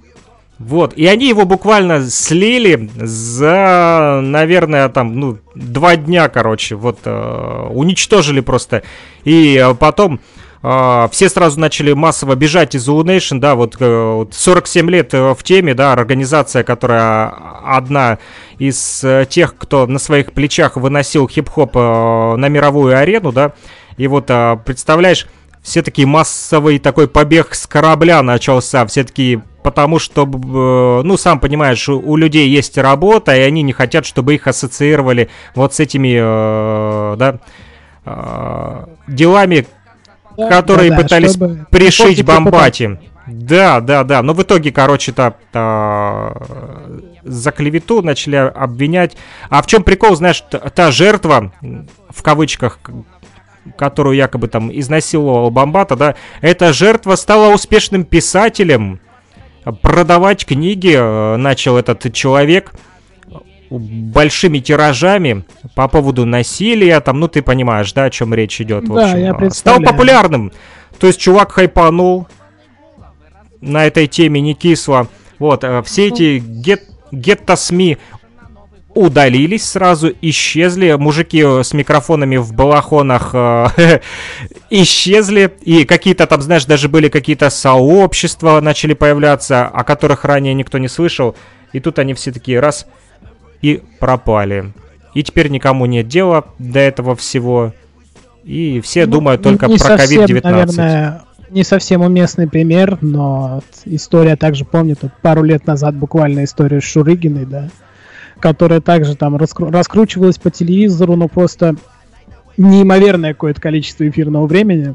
Вот, и они его буквально слили за, наверное, там, ну, два дня, короче, вот, э, уничтожили просто. И потом... Uh, все сразу начали массово бежать из Zulu Nation, да, вот, uh, вот сорок семь лет uh, в теме, да, организация, которая одна из uh, тех, кто на своих плечах выносил хип-хоп uh, на мировую арену, да, И вот, а, представляешь, все такие массовый такой побег с корабля начался, все такие, потому что, э, ну, сам понимаешь, у, у людей есть работа, и они не хотят, чтобы их ассоциировали вот с этими, э, да, э, делами, Да, которые да, да, пытались чтобы пришить портить Бомбате. Да, да, да. Но в итоге, короче-то, а, за клевету начали обвинять. А в чем прикол, знаешь, та, та жертва, в кавычках, к- которую якобы там изнасиловал Бомбата, да, эта жертва стала успешным писателем. Продавать книги э, начал этот человек большими тиражами по поводу насилия, там, ну ты понимаешь, да, о чем речь идет. В Да, общем, я а, стал представляю. популярным. То есть чувак хайпанул на этой теме, не кисло. Вот, э, все эти гет, гетто-СМИ удалились сразу, исчезли. Мужики э, с микрофонами в балахонах э, исчезли. И какие-то там, знаешь, даже были какие-то сообщества начали появляться, о которых ранее никто не слышал. И тут они все такие раз и пропали. И теперь никому нет дела до этого всего. И все Ну, думают не- только не про совсем, ковид девятнадцать. наверное, не совсем уместный пример, но вот история также помню, тут пару лет назад буквально история с Шурыгиной, да, которая также там раскру- раскручивалась по телевизору, но просто неимоверное какое-то количество эфирного времени.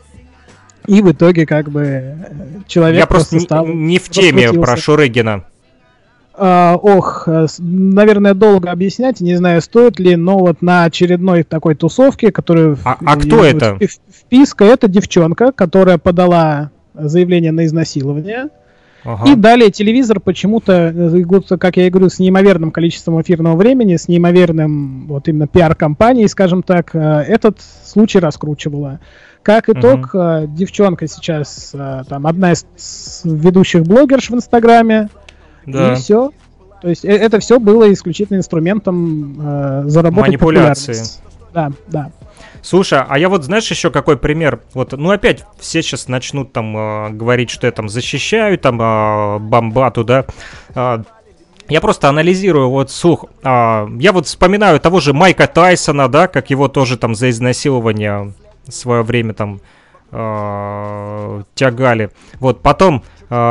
И в итоге как бы э, человек Я просто не, стал... не в теме раскрутился. про Шурыгина. А, ох, э, с- наверное, долго объяснять, не знаю, стоит ли, но вот на очередной такой тусовке, которую... А- а кто это? в- в- Вписка, это девчонка, которая подала заявление на изнасилование. Ага. И далее телевизор почему-то, э, вот, как я и говорю, с неимоверным количеством эфирного времени, с неимоверным вот именно пиар-компанией, скажем так, э, этот случай раскручивала. Как итог, э, девчонка сейчас э, там одна из с- ведущих блогерш в Инстаграме, Да. и все. То есть э- это все было исключительно инструментом э, заработать Манипуляции. популярность. Да, да. Слушай, а я вот знаешь еще какой пример? Вот, ну опять все сейчас начнут там э, говорить, что я там защищаю, там э, Бомбату, да. А, я просто анализирую вот слух. А, я вот вспоминаю того же Майка Тайсона, да, как его тоже там за изнасилование в свое время там э, тягали. Вот потом,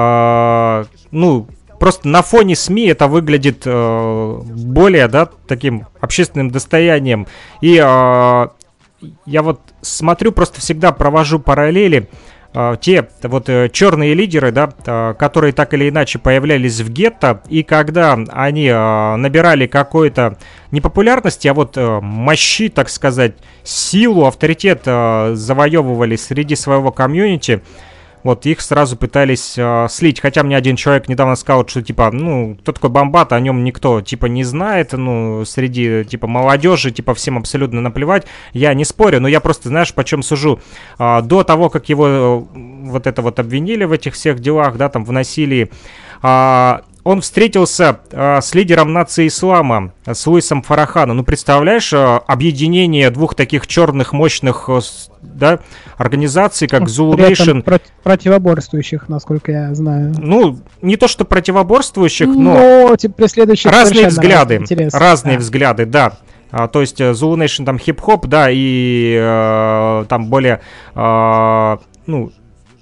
э, ну просто на фоне СМИ это выглядит э, более, да, таким общественным достоянием. И э, я вот смотрю, просто всегда провожу параллели. Э, те вот э, черные лидеры, да, э, которые так или иначе появлялись в гетто, и когда они э, набирали какой-то не популярности, а вот э, мощи, так сказать, силу, авторитет э, завоевывали среди своего комьюнити, вот их сразу пытались э, слить. Хотя мне один человек недавно сказал, что типа, ну, кто такой Бомбат, о нем никто типа не знает, ну, среди типа молодежи, типа всем абсолютно наплевать. Я не спорю, но я просто, знаешь, почем сужу. А, до того, как его э, вот это вот обвинили в этих всех делах, да, там в насилии, а, он встретился э, с лидером нации ислама, с Луисом Фараханом. Ну, представляешь, э, объединение двух таких черных, мощных, э, с- да, организаций, как Zulu При этом Nation. прот- противоборствующих, насколько я знаю. Ну, не то что противоборствующих, но Но типа, преследующих разные совершенно взгляды. разные интересы. Разные Да. взгляды, да. А, то есть э, Zulu Nation там хип-хоп, да, и э, там более, э, ну,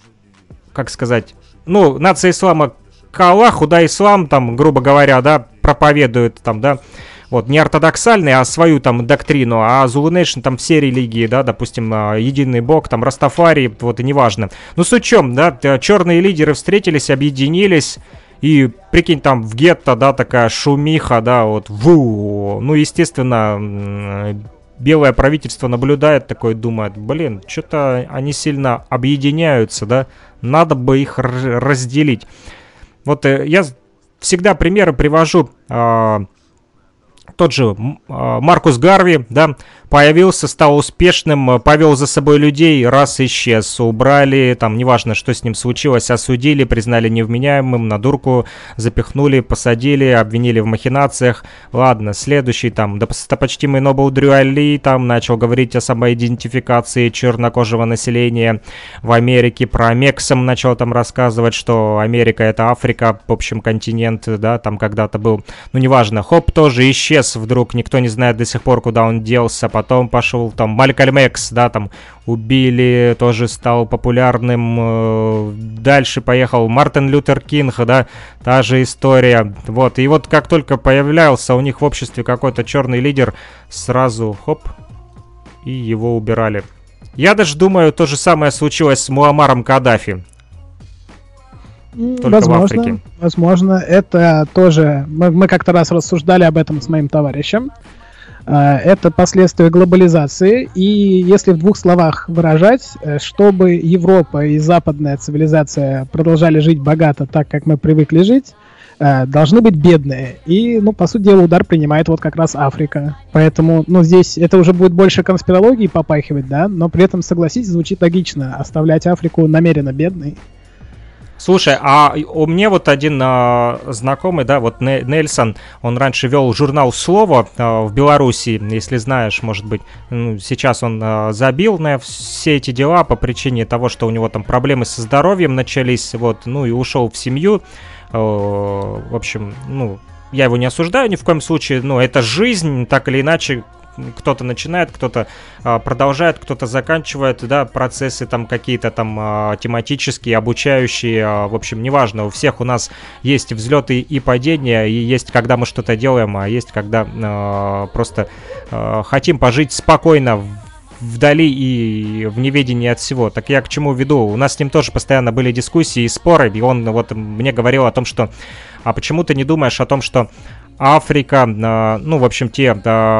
как сказать, ну, нация ислама к Аллаху, да, ислам там, грубо говоря, да, проповедует там, да, вот, не ортодоксальный, а свою там доктрину, а Zulu Nation там все религии, да, допустим, а, единый бог, там, Растафари, вот, и неважно. Ну, суть в чем, да, т- черные лидеры встретились, объединились, и, прикинь, там в гетто, да, такая шумиха, да, вот, ву, ну, естественно, м, белое правительство наблюдает, такое думает, блин, что-то они сильно объединяются, да, надо бы их р- разделить. Вот э, я с- всегда примеры привожу. а, Тот же м, а, Маркус Гарви, да, появился, стал успешным, э, повел за собой людей, раз исчез, убрали, там, неважно, что с ним случилось, осудили, признали невменяемым, на дурку запихнули, посадили, обвинили в махинациях. Ладно, следующий, там, достопочтимый Нобел Дрю Али, там, начал говорить о самоидентификации чернокожего населения в Америке, про Мексам начал там рассказывать, что Америка — это Африка, в общем, континент, да, там когда-то был, ну, неважно, хоп, тоже исчез вдруг, никто не знает до сих пор, куда он делся. потом пошел там Малькольм Экс, да, там убили, тоже стал популярным. Дальше поехал Мартин Лютер Кинг, да, та же история. Вот, и вот как только появлялся у них в обществе какой-то черный лидер, сразу хоп, и его убирали. Я даже думаю, то же самое случилось с Муаммаром Каддафи. Только возможно, в Африке. Возможно, это тоже... Мы, мы как-то раз рассуждали об этом с моим товарищем. Это последствия глобализации. И если в двух словах выражать, чтобы Европа и западная цивилизация продолжали жить богато, так как мы привыкли жить, должны быть бедные. И, ну, по сути дела, удар принимает вот как раз Африка. Поэтому, ну, здесь это уже будет больше конспирологии попахивать, да, но при этом, согласитесь, звучит логично оставлять Африку намеренно бедной. Слушай, а у меня вот один а, знакомый, да, вот Не- Нельсон, он раньше вел журнал «Слово» а, в Беларуси, если знаешь, может быть. Ну, сейчас он а, забил на все эти дела по причине того, что у него там проблемы со здоровьем начались, вот, ну и ушел в семью. А, в общем, ну, я его не осуждаю ни в коем случае, но это жизнь, так или иначе. Кто-то начинает, кто-то а, продолжает, кто-то заканчивает, да, процессы там какие-то там а, тематические, обучающие, а, в общем, неважно, у всех у нас есть взлеты и падения, и есть, когда мы что-то делаем, а есть, когда а, просто а, хотим пожить спокойно вдали и в неведении от всего. Так я к чему веду? У нас с ним тоже постоянно были дискуссии и споры, и он вот мне говорил о том, что а почему ты не думаешь о том, что Африка, ну, в общем, те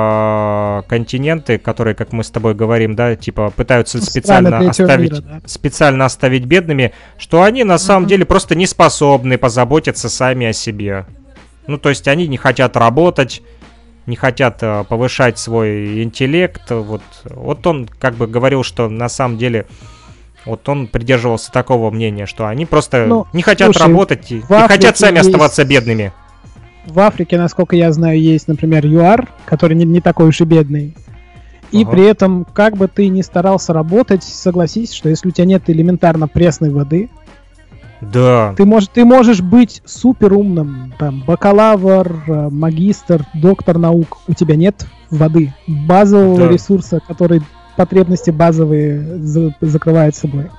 да, континенты, которые, как мы с тобой говорим, да, типа пытаются специально оставить, мира, да. специально оставить бедными, что они на самом uh-huh. деле просто не способны позаботиться сами о себе. Ну, то есть они не хотят работать, не хотят uh, повышать свой интеллект. Вот, вот он как бы говорил, что на самом деле... Вот он придерживался такого мнения, что они просто ну, не хотят слушай, работать и не хотят сами есть... оставаться бедными. В Африке, насколько я знаю, есть, например, ЮАР, который не, не такой уж и бедный. И ага. при этом, как бы ты ни старался работать, согласись, что если у тебя нет элементарно пресной воды, да. ты, можешь, ты можешь быть супер умным, там, бакалавр, магистр, доктор наук, у тебя нет воды, базового да. ресурса, который потребности базовые за, закрывает собой.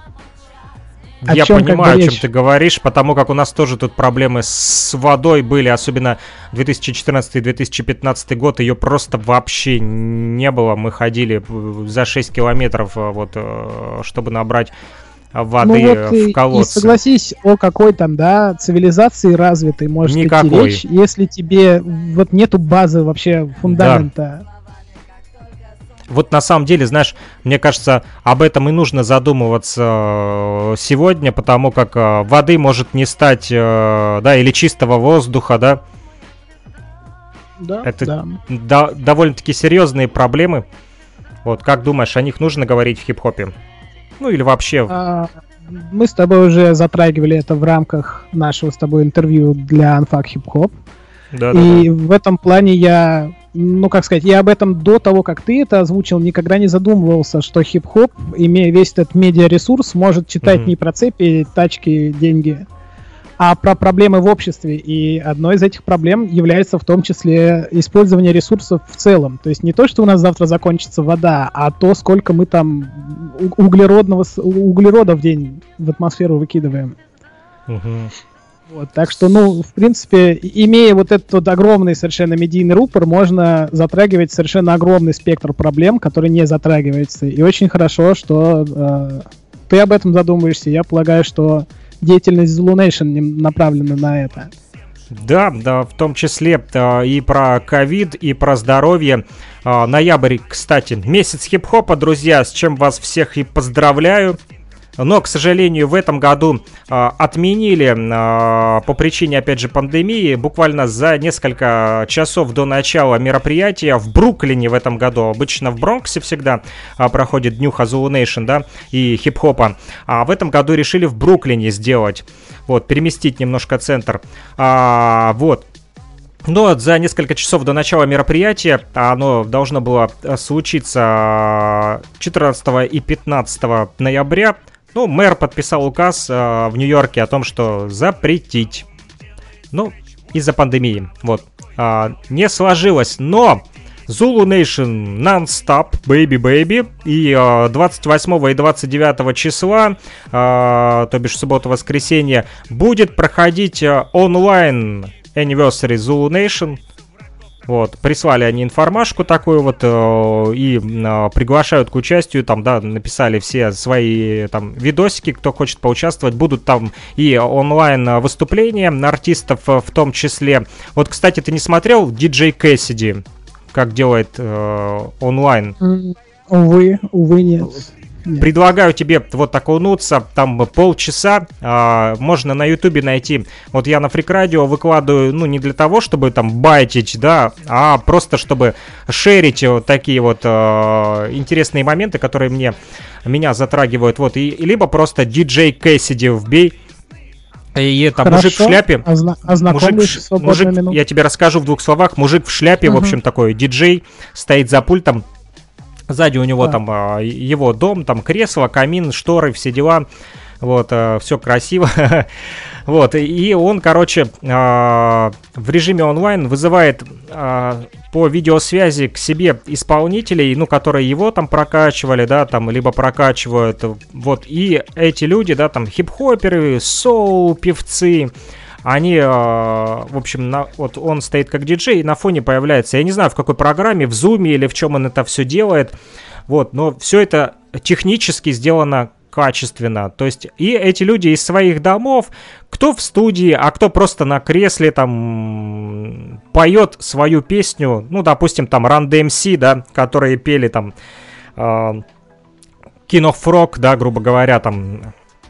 О Я чем, понимаю, о чем ты говоришь, потому как у нас тоже тут проблемы с водой были, особенно две тысячи четырнадцатый - две тысячи пятнадцатый год, ее просто вообще не было. Мы ходили за шесть километров, вот, чтобы набрать воды ну вот в колодце. И согласись, о какой там, да, цивилизации развитой может идти речь, если тебе вот нету базы вообще, фундамента. Да. Вот на самом деле, знаешь, мне кажется, об этом и нужно задумываться сегодня, потому как воды может не стать, да, или чистого воздуха, да. Да, это да. до- довольно-таки серьезные проблемы. Вот, как думаешь, о них нужно говорить в хип-хопе? Ну или вообще? А, мы с тобой уже затрагивали это в рамках нашего с тобой интервью для Unfuck Hip Hop. Да, и да, да. в этом плане я... Ну, как сказать, я об этом до того, как ты это озвучил, никогда не задумывался, что хип-хоп, имея весь этот медиаресурс, может читать mm-hmm. не про цепи, тачки, деньги, а про проблемы в обществе. И одной из этих проблем является в том числе использование ресурсов в целом. То есть не то, что у нас завтра закончится вода, а то, сколько мы там углеродного, углерода в день в атмосферу выкидываем. Mm-hmm. Вот, так что, ну, в принципе, имея вот этот вот огромный совершенно медийный рупор, можно затрагивать совершенно огромный спектр проблем, которые не затрагиваются. И очень хорошо, что э, ты об этом задумываешься. Я полагаю, что деятельность Zulu Nation направлена на это. Да, да, в том числе э, и про ковид, и про здоровье. Э, ноябрь, кстати, месяц хип-хопа, друзья, с чем вас всех и поздравляю. Но, к сожалению, в этом году э, отменили э, по причине, опять же, пандемии. Буквально за несколько часов до начала мероприятия в Бруклине в этом году, обычно в Бронксе всегда э, проходит днюха Zulu Nation, да, и хип-хопа. А в этом году решили в Бруклине сделать, вот, переместить немножко центр. А, вот. Но за несколько часов до начала мероприятия, оно должно было случиться четырнадцатого и пятнадцатого ноября, ну, мэр подписал указ э, в Нью-Йорке о том, что запретить. Ну, из-за пандемии. Вот. Э, не сложилось. Но Zulu Nation Non-Stop, Baby Baby. И э, двадцать восьмого и двадцать девятого числа, э, то бишь суббота-воскресенье, будет проходить э, онлайн Anniversary Zulu Nation. Вот, прислали они информашку такую вот э, и э, приглашают к участию, там, да, написали все свои там видосики, кто хочет поучаствовать, будут там и онлайн выступления артистов э, в том числе. Вот, кстати, ты не смотрел диджей Кэссиди, как делает э, онлайн? Увы, увы, нет. Нет. Предлагаю тебе вот окунуться, там полчаса, а, можно на ютубе найти. Вот я на Freak Radio выкладываю, ну, не для того, чтобы там байтить, да, а просто чтобы шерить вот такие вот а, интересные моменты, которые мне, меня затрагивают. Вот, и, либо просто диджей Кэссиди вбей. И там Хорошо. Мужик в шляпе. Озна- мужик, в, мужик я тебе расскажу в двух словах. Мужик в шляпе, uh-huh. в общем, такой диджей, стоит за пультом. Сзади у него да. там а, его дом, там кресло, камин, шторы, все дела. Вот, а, все красиво. Вот, и он, короче, а, в режиме онлайн вызывает а, по видеосвязи к себе исполнителей, ну, которые его там прокачивали, да, там, либо прокачивают. Вот, и эти люди, да, там, хип-хоперы, соул-певцы, они, э, в общем, на, вот он стоит как диджей, и на фоне появляется, я не знаю, в какой программе, в зуме или в чем он это все делает, вот, но все это технически сделано качественно, то есть, и эти люди из своих домов, кто в студии, а кто просто на кресле, там, поет свою песню, ну, допустим, там, Run ди эм си, да, которые пели, там, э, King of Rock, да, грубо говоря, там,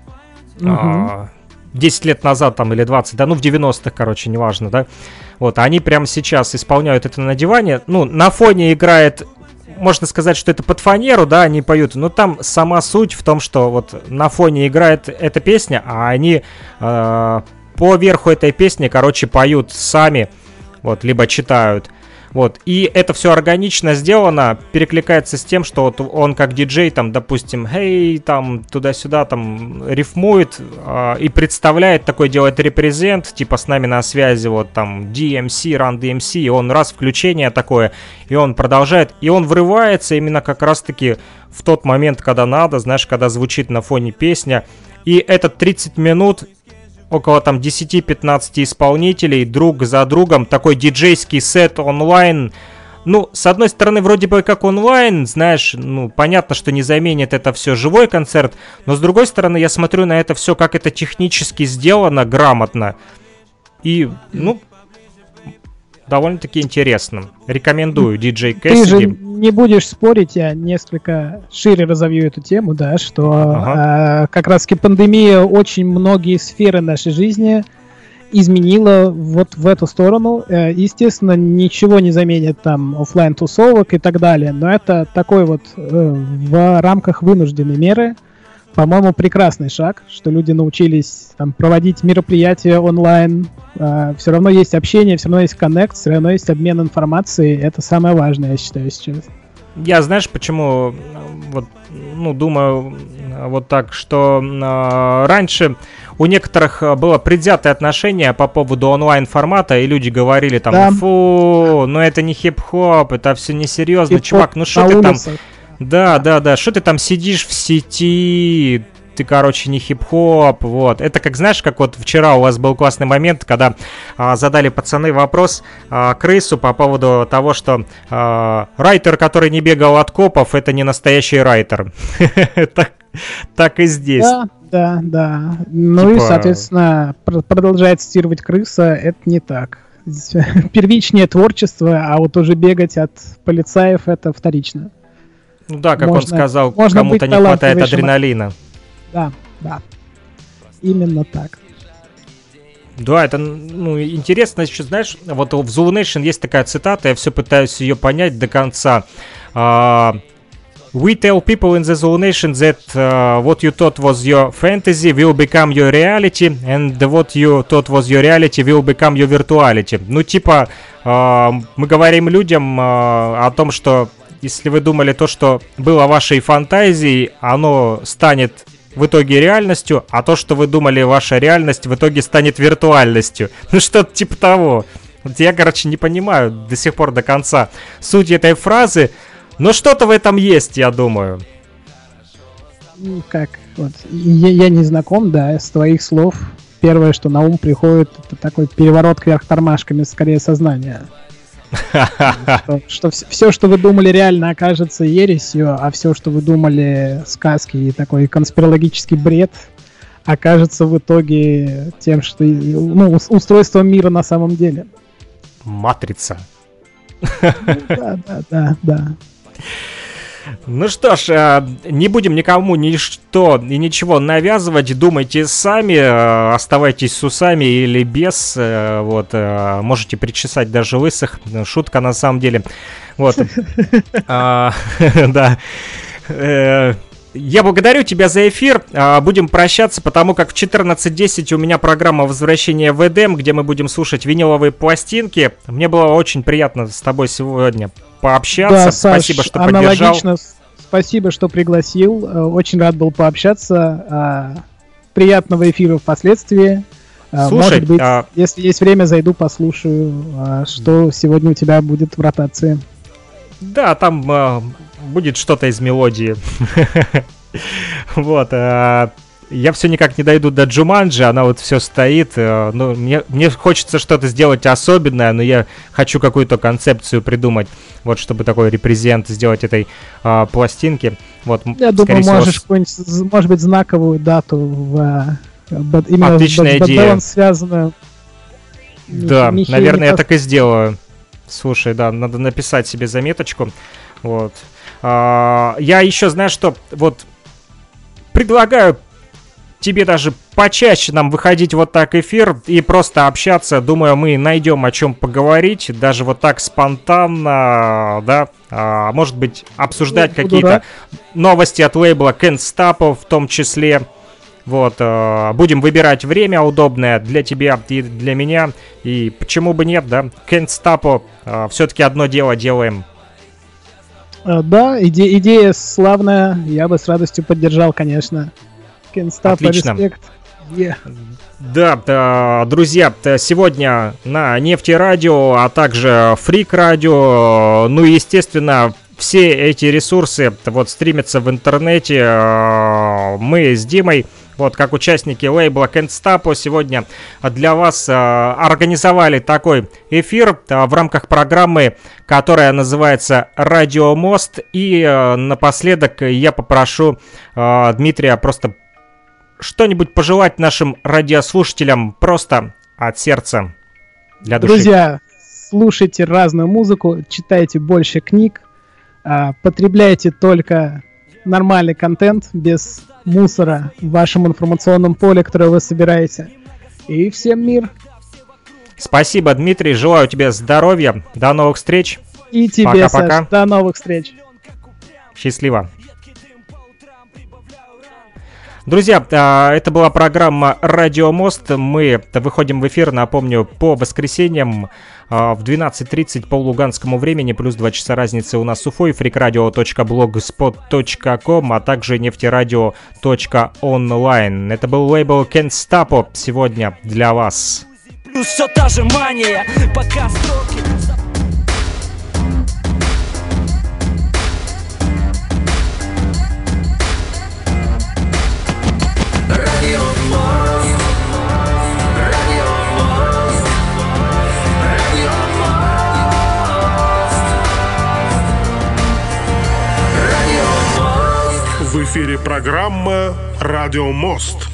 э, десять лет назад там или двадцать, да, ну в девяностых, короче, неважно, да. Вот, они прямо сейчас исполняют это на диване. Ну, на фоне играет, можно сказать, что это под фанеру, да, они поют. Но там сама суть в том, что вот на фоне играет эта песня, а они э, по верху этой песни, короче, поют сами, вот, либо читают. Вот, и это все органично сделано, перекликается с тем, что вот он как диджей, там, допустим, «Хей», там, туда-сюда, там, рифмует э, и представляет, такой делает репрезент, типа, с нами на связи, вот, там, ди эм си, Run ди эм си, и он раз включение такое, и он продолжает, и он врывается именно как раз-таки в тот момент, когда надо, знаешь, когда звучит на фоне песня, и этот тридцать минут... Около там десять-пятнадцать исполнителей друг за другом, такой диджейский сет онлайн. Ну, с одной стороны, вроде бы как онлайн, знаешь, ну, понятно, что не заменит это все живой концерт, но с другой стороны, я смотрю на это все, как это технически сделано, грамотно. И, ну, довольно-таки интересно. Рекомендую диджей Кэссиди. Ты же не будешь спорить, я несколько шире разовью эту тему, да, что ага. э, как раз-таки пандемия очень многие сферы нашей жизни изменила вот в эту сторону. Э, естественно, ничего не заменит там офлайн тусовок и так далее, но это такой вот э, в рамках вынужденной меры, по-моему, прекрасный шаг, что люди научились там проводить мероприятия онлайн. Э, все равно есть общение, все равно есть коннект, все равно есть обмен информацией. Это самое важное, я считаю, сейчас. Я, знаешь, почему, вот, ну, думаю вот так, что э, раньше у некоторых было предвзятое отношение по поводу онлайн-формата, и люди говорили там, да. фу, ну это не хип-хоп, это все несерьезно, чувак, ну что ты там... Да, да, да, что ты там сидишь в сети, ты, короче, не хип-хоп, вот. Это как, знаешь, как вот вчера у вас был классный момент, когда а, задали пацаны вопрос а, Крысу по поводу того, что а, райтер, который не бегал от копов, это не настоящий райтер. Так и здесь. Да, да, да. Ну и, соответственно, продолжает цитировать Крыса, это не так. Первичнее творчество, а вот уже бегать от полицаев, это вторично. Ну да, как можно, он сказал, кому-то не хватает адреналина. Да, да. Именно так. Да, это, ну, интересно еще, знаешь, вот в Zulu Nation есть такая цитата, я все пытаюсь ее понять до конца. Uh, We tell people in the Zulu Nation that uh, what you thought was your fantasy will become your reality, and what you thought was your reality will become your virtuality. Ну, типа, uh, мы говорим людям uh, о том, что если вы думали то, что было вашей фантазией, оно станет в итоге реальностью, а то, что вы думали ваша реальность, в итоге станет виртуальностью. Ну, что-то типа того. Вот я, короче, не понимаю до сих пор до конца суть этой фразы, но что-то в этом есть, я думаю. Ну, как, вот, я, я не знаком, да, с твоих слов. Первое, что на ум приходит, это такой переворот кверх тормашками, скорее, сознания. Что, что все, что вы думали, реально окажется ересью, а все, что вы думали, сказки и такой конспирологический бред, окажется в итоге тем, что, ну, устройством мира на самом деле. Матрица. Да, да, да, да. Ну что ж, не будем никому ничто и ничего навязывать, думайте сами, оставайтесь с усами или без, вот, можете причесать даже лысых, шутка на самом деле, вот, да. Я благодарю тебя за эфир, будем прощаться, потому как в четырнадцать десять у меня программа «Возвращение в Эдем», где мы будем слушать виниловые пластинки. Мне было очень приятно с тобой сегодня пообщаться. Да, спасибо, Саш, что поддержал. Спасибо, что пригласил. Очень рад был пообщаться. Приятного эфира впоследствии. Слушай, может быть, а... если есть время, зайду, послушаю, что сегодня у тебя будет в ротации. Да, там а, будет что-то из мелодии. Вот. А... Я все никак не дойду до Джуманджи, она вот все стоит. Э, ну, мне, мне хочется что-то сделать особенное, но я хочу какую-то концепцию придумать, вот, чтобы такой репрезент сделать этой э, пластинки. Вот, я думаю, всего, можешь какую-нибудь, может быть, знаковую дату в, в, именно отличная с идея. Связанную. Да, Михей наверное, я так и сделаю. Слушай, да, надо написать себе заметочку. Вот. А, я еще, знаешь что, вот предлагаю тебе даже почаще нам выходить вот так эфир и просто общаться. Думаю, мы найдем о чем поговорить, даже вот так спонтанно, да, а, может быть, обсуждать ну, какие-то новости от лейбла Can't Stop в том числе. Вот, а, будем выбирать время удобное для тебя и для меня, и почему бы нет, да, Can't Stop, а, все-таки одно дело делаем. Да, иде- идея славная, я бы с радостью поддержал, конечно. Отлично. Yeah. Да, да, друзья, сегодня на Нефтерадио, а также Фрик Радио, ну и, естественно, все эти ресурсы вот стримятся в интернете. Мы с Димой, вот как участники лейбла Can't Stop, сегодня для вас организовали такой эфир в рамках программы, которая называется «Радио Мост». И напоследок я попрошу Дмитрия просто что-нибудь пожелать нашим радиослушателям просто от сердца, для души. Друзья, слушайте разную музыку, читайте больше книг, потребляйте только нормальный контент, без мусора в вашем информационном поле, которое вы собираете. И всем мир! Спасибо, Дмитрий, желаю тебе здоровья, до новых встреч. И тебе, Саш, до новых встреч. Счастливо. Друзья, это была программа «Радио Мост». Мы выходим в эфир, напомню, по воскресеньям в двенадцать тридцать по луганскому времени, плюс два часа разницы у нас с Уфой, фрикрадио точка блогспот точка ком, а также нефтерадио точка онлайн. Это был лейбл Can't Stop сегодня для вас. Все та же мания, пока строки... В эфире программа «Радио Мост».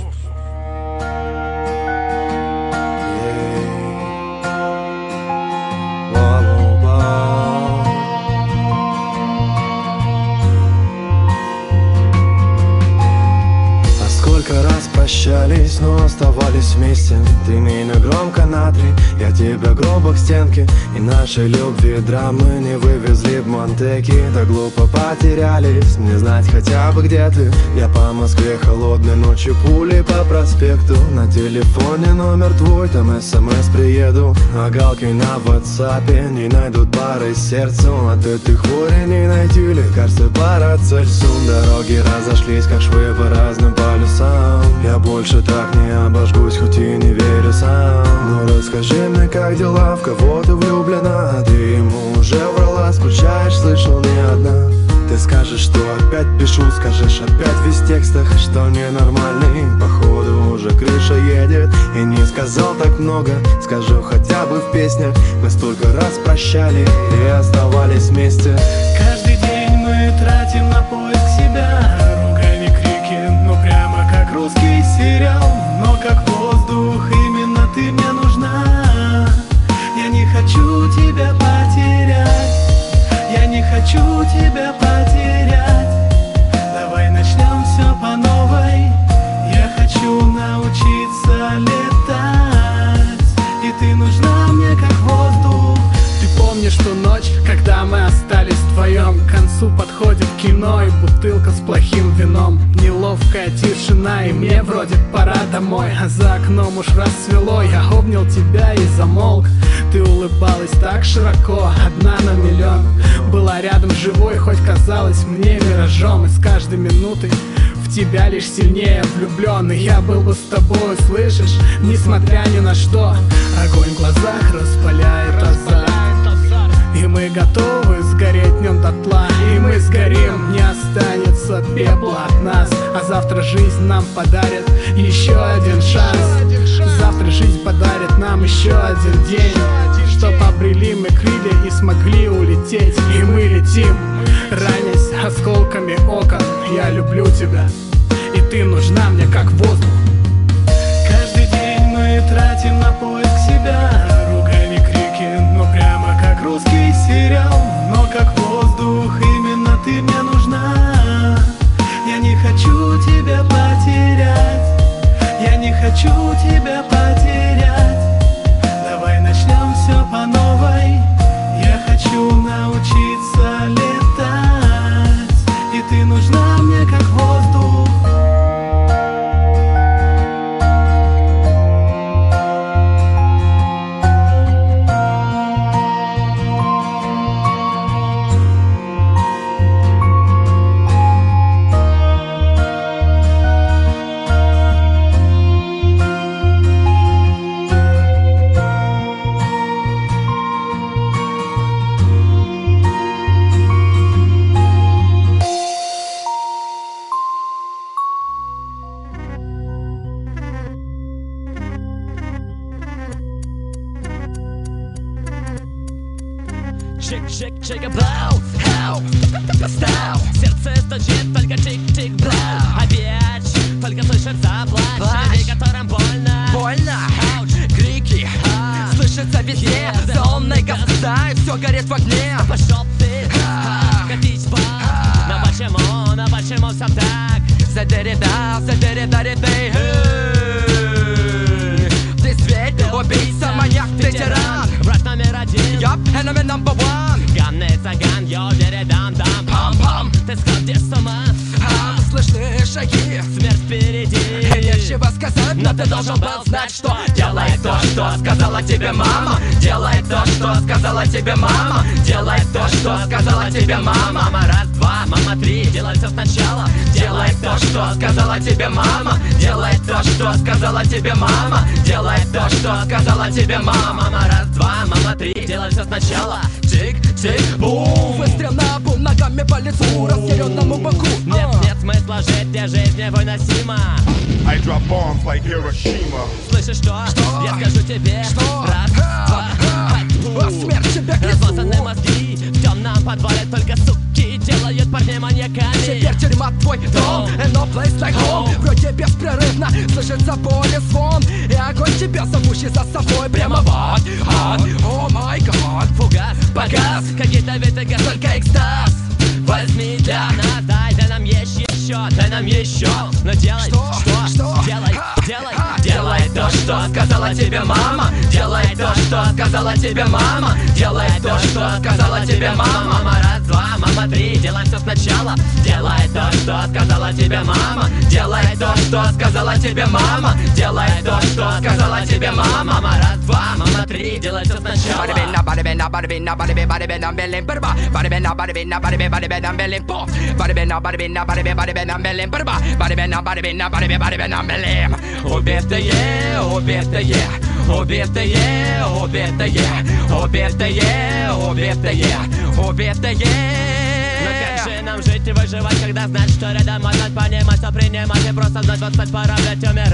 Прощались, но оставались вместе. Ты меня громко на три, я тебя громко к стенке. И нашей любви драмы не вывезли в Монтеки. Так глупо потерялись, не знать хотя бы где ты. Я по Москве холодной ночью, пулей по проспекту. На телефоне номер твой, там смс приеду. А галки на ватсапе не найдут пары сердцу. От этой хвори не найти лекарства Парацельсум. Дороги разошлись, как швы по разным полюсам. Я больше так не обожгусь, хоть и не верю сам. Но расскажи Скажи мне, как дела, в кого ты влюблена? Ты ему уже врала, скучаешь, слышал, не одна. Ты скажешь, что опять пишу, скажешь опять в весь текстах, что ненормальный. Походу уже крыша едет, и не сказал так много. Скажу хотя бы в песнях, мы столько раз прощали и оставались вместе. Каждый день мы тратим на поиск себя. Ругань и крики, ну прямо как русский сериал. Но как воздух, именно ты мне нужна. Я не хочу тебя потерять. Я не хочу тебя потерять. Давай начнем все по новой. Я хочу научиться летать. И ты нужна мне как воздух. Ты помнишь ту ночь, когда мы остались вдвоем? К концу подходит кино и бутылка с плохим вином. Неловкая тишина, и мне вроде пора домой. А за окном уж рассвело, я обнял тебя и замолк. Ты улыбалась так широко, одна на миллион. Была рядом живой, хоть казалось мне миражом. И с каждой минутой в тебя лишь сильнее влюблен. И я был бы с тобой, слышишь, несмотря ни на что. Огонь в глазах распаляет азарт. И мы готовы сгореть днем дотла. И мы сгорим, не останется пепла от нас. А завтра жизнь нам подарит еще один шанс. Завтра жизнь подарит нам еще один день, чтоб обрели мы крылья и смогли улететь. И мы летим, ранясь осколками окон. Я люблю тебя, и ты нужна мне как воздух. Каждый день мы тратим на поиск себя. Ругань и крики, ну прямо как русский сериал. Но как воздух, именно ты мне нужна. Я не хочу тебя потерять. Я не хочу тебя потерять. Давай начнем все по новой. Я хочу научиться летать. И ты нужна мне как воздух. Чик-чик-чик, блау, хау, стау. Сердце стучит, только чик-чик, блау. Опять, только слышится плач, людей, которым больно. Больно, ауч, крики, а, слышится везде. Заумные голоса, и все горит в огне. Да пошел ты, а, копить бал. Но почему, но почему все так? Задери-да, задери-да-ри-дэй. Ты зверь, убийца, маньяк, ты тиран. Враг номер один, Yup, enemy number one. ганный цаган, йо, дам-дам. Пам-пам, ты сходишь с ума. а, слышны шаги, смерть впереди. Нечего сказать, но ты должен был знать, что делай то, что сказала тебе мама. Делай то, что сказала тебе мама. Делай то, что сказала тебе мама. Мама, раз, два, мама, три, делай все сначала. Делай то, что сказала тебе мама. Делай то, что сказала тебе мама. Делай то, что сказала тебе мама. Мама, раз, два, мама, три, делай все сначала. Тик-тик, бум. Выстрел на бум, ногами по лицу, разъяренному боку. Нет, нет смысла жить, где жизнь невыносима. I drop bombs like Hiroshima. Слышишь что? Что? Я скажу тебе. Что? Раз, два, А смерть тебе к лицу. размазаны мозги в темном подвале, только суки делают парней маньяками. Теперь тюрьма твой дом, and no place like home. Вроде беспрерывно слышится боль и звон. И огонь тебя зовущий за собой прямо в ад, ад. О май гад. Фугас, Погас. какие-то виды газ, Только экстаз. возьми для нас, дай, дай нам еще, еще, дай нам еще. Но делай, Что? что, Что? делай, Ха, делай, ха. делай то, что сказала тебе мама. Делай то, что сказала тебе мама. Делай то, что сказала тебе мама. Мама, раз, два, мама, три, делай все сначала. Делай то, что сказала тебе мама. Делай то, что сказала тебе мама. Делай то, что сказала тебе мама. Мама, раз, два, мама, три, делай все сначала. Bada bada bada bada bada bada bada bada belly berba. Bada bada bada bada bada bada bada belly pop. Bada bada bada bada bada bada bada belly berba. Bada bada bada bada bada bada bada belly. Убитые, убитые, убитые, убитые, убитые, убитые, убитые. Но как же нам жить и выживать, когда знать, что рядом однать, понимать, что принимать и просто знать, вот стать пора, блять, умирать.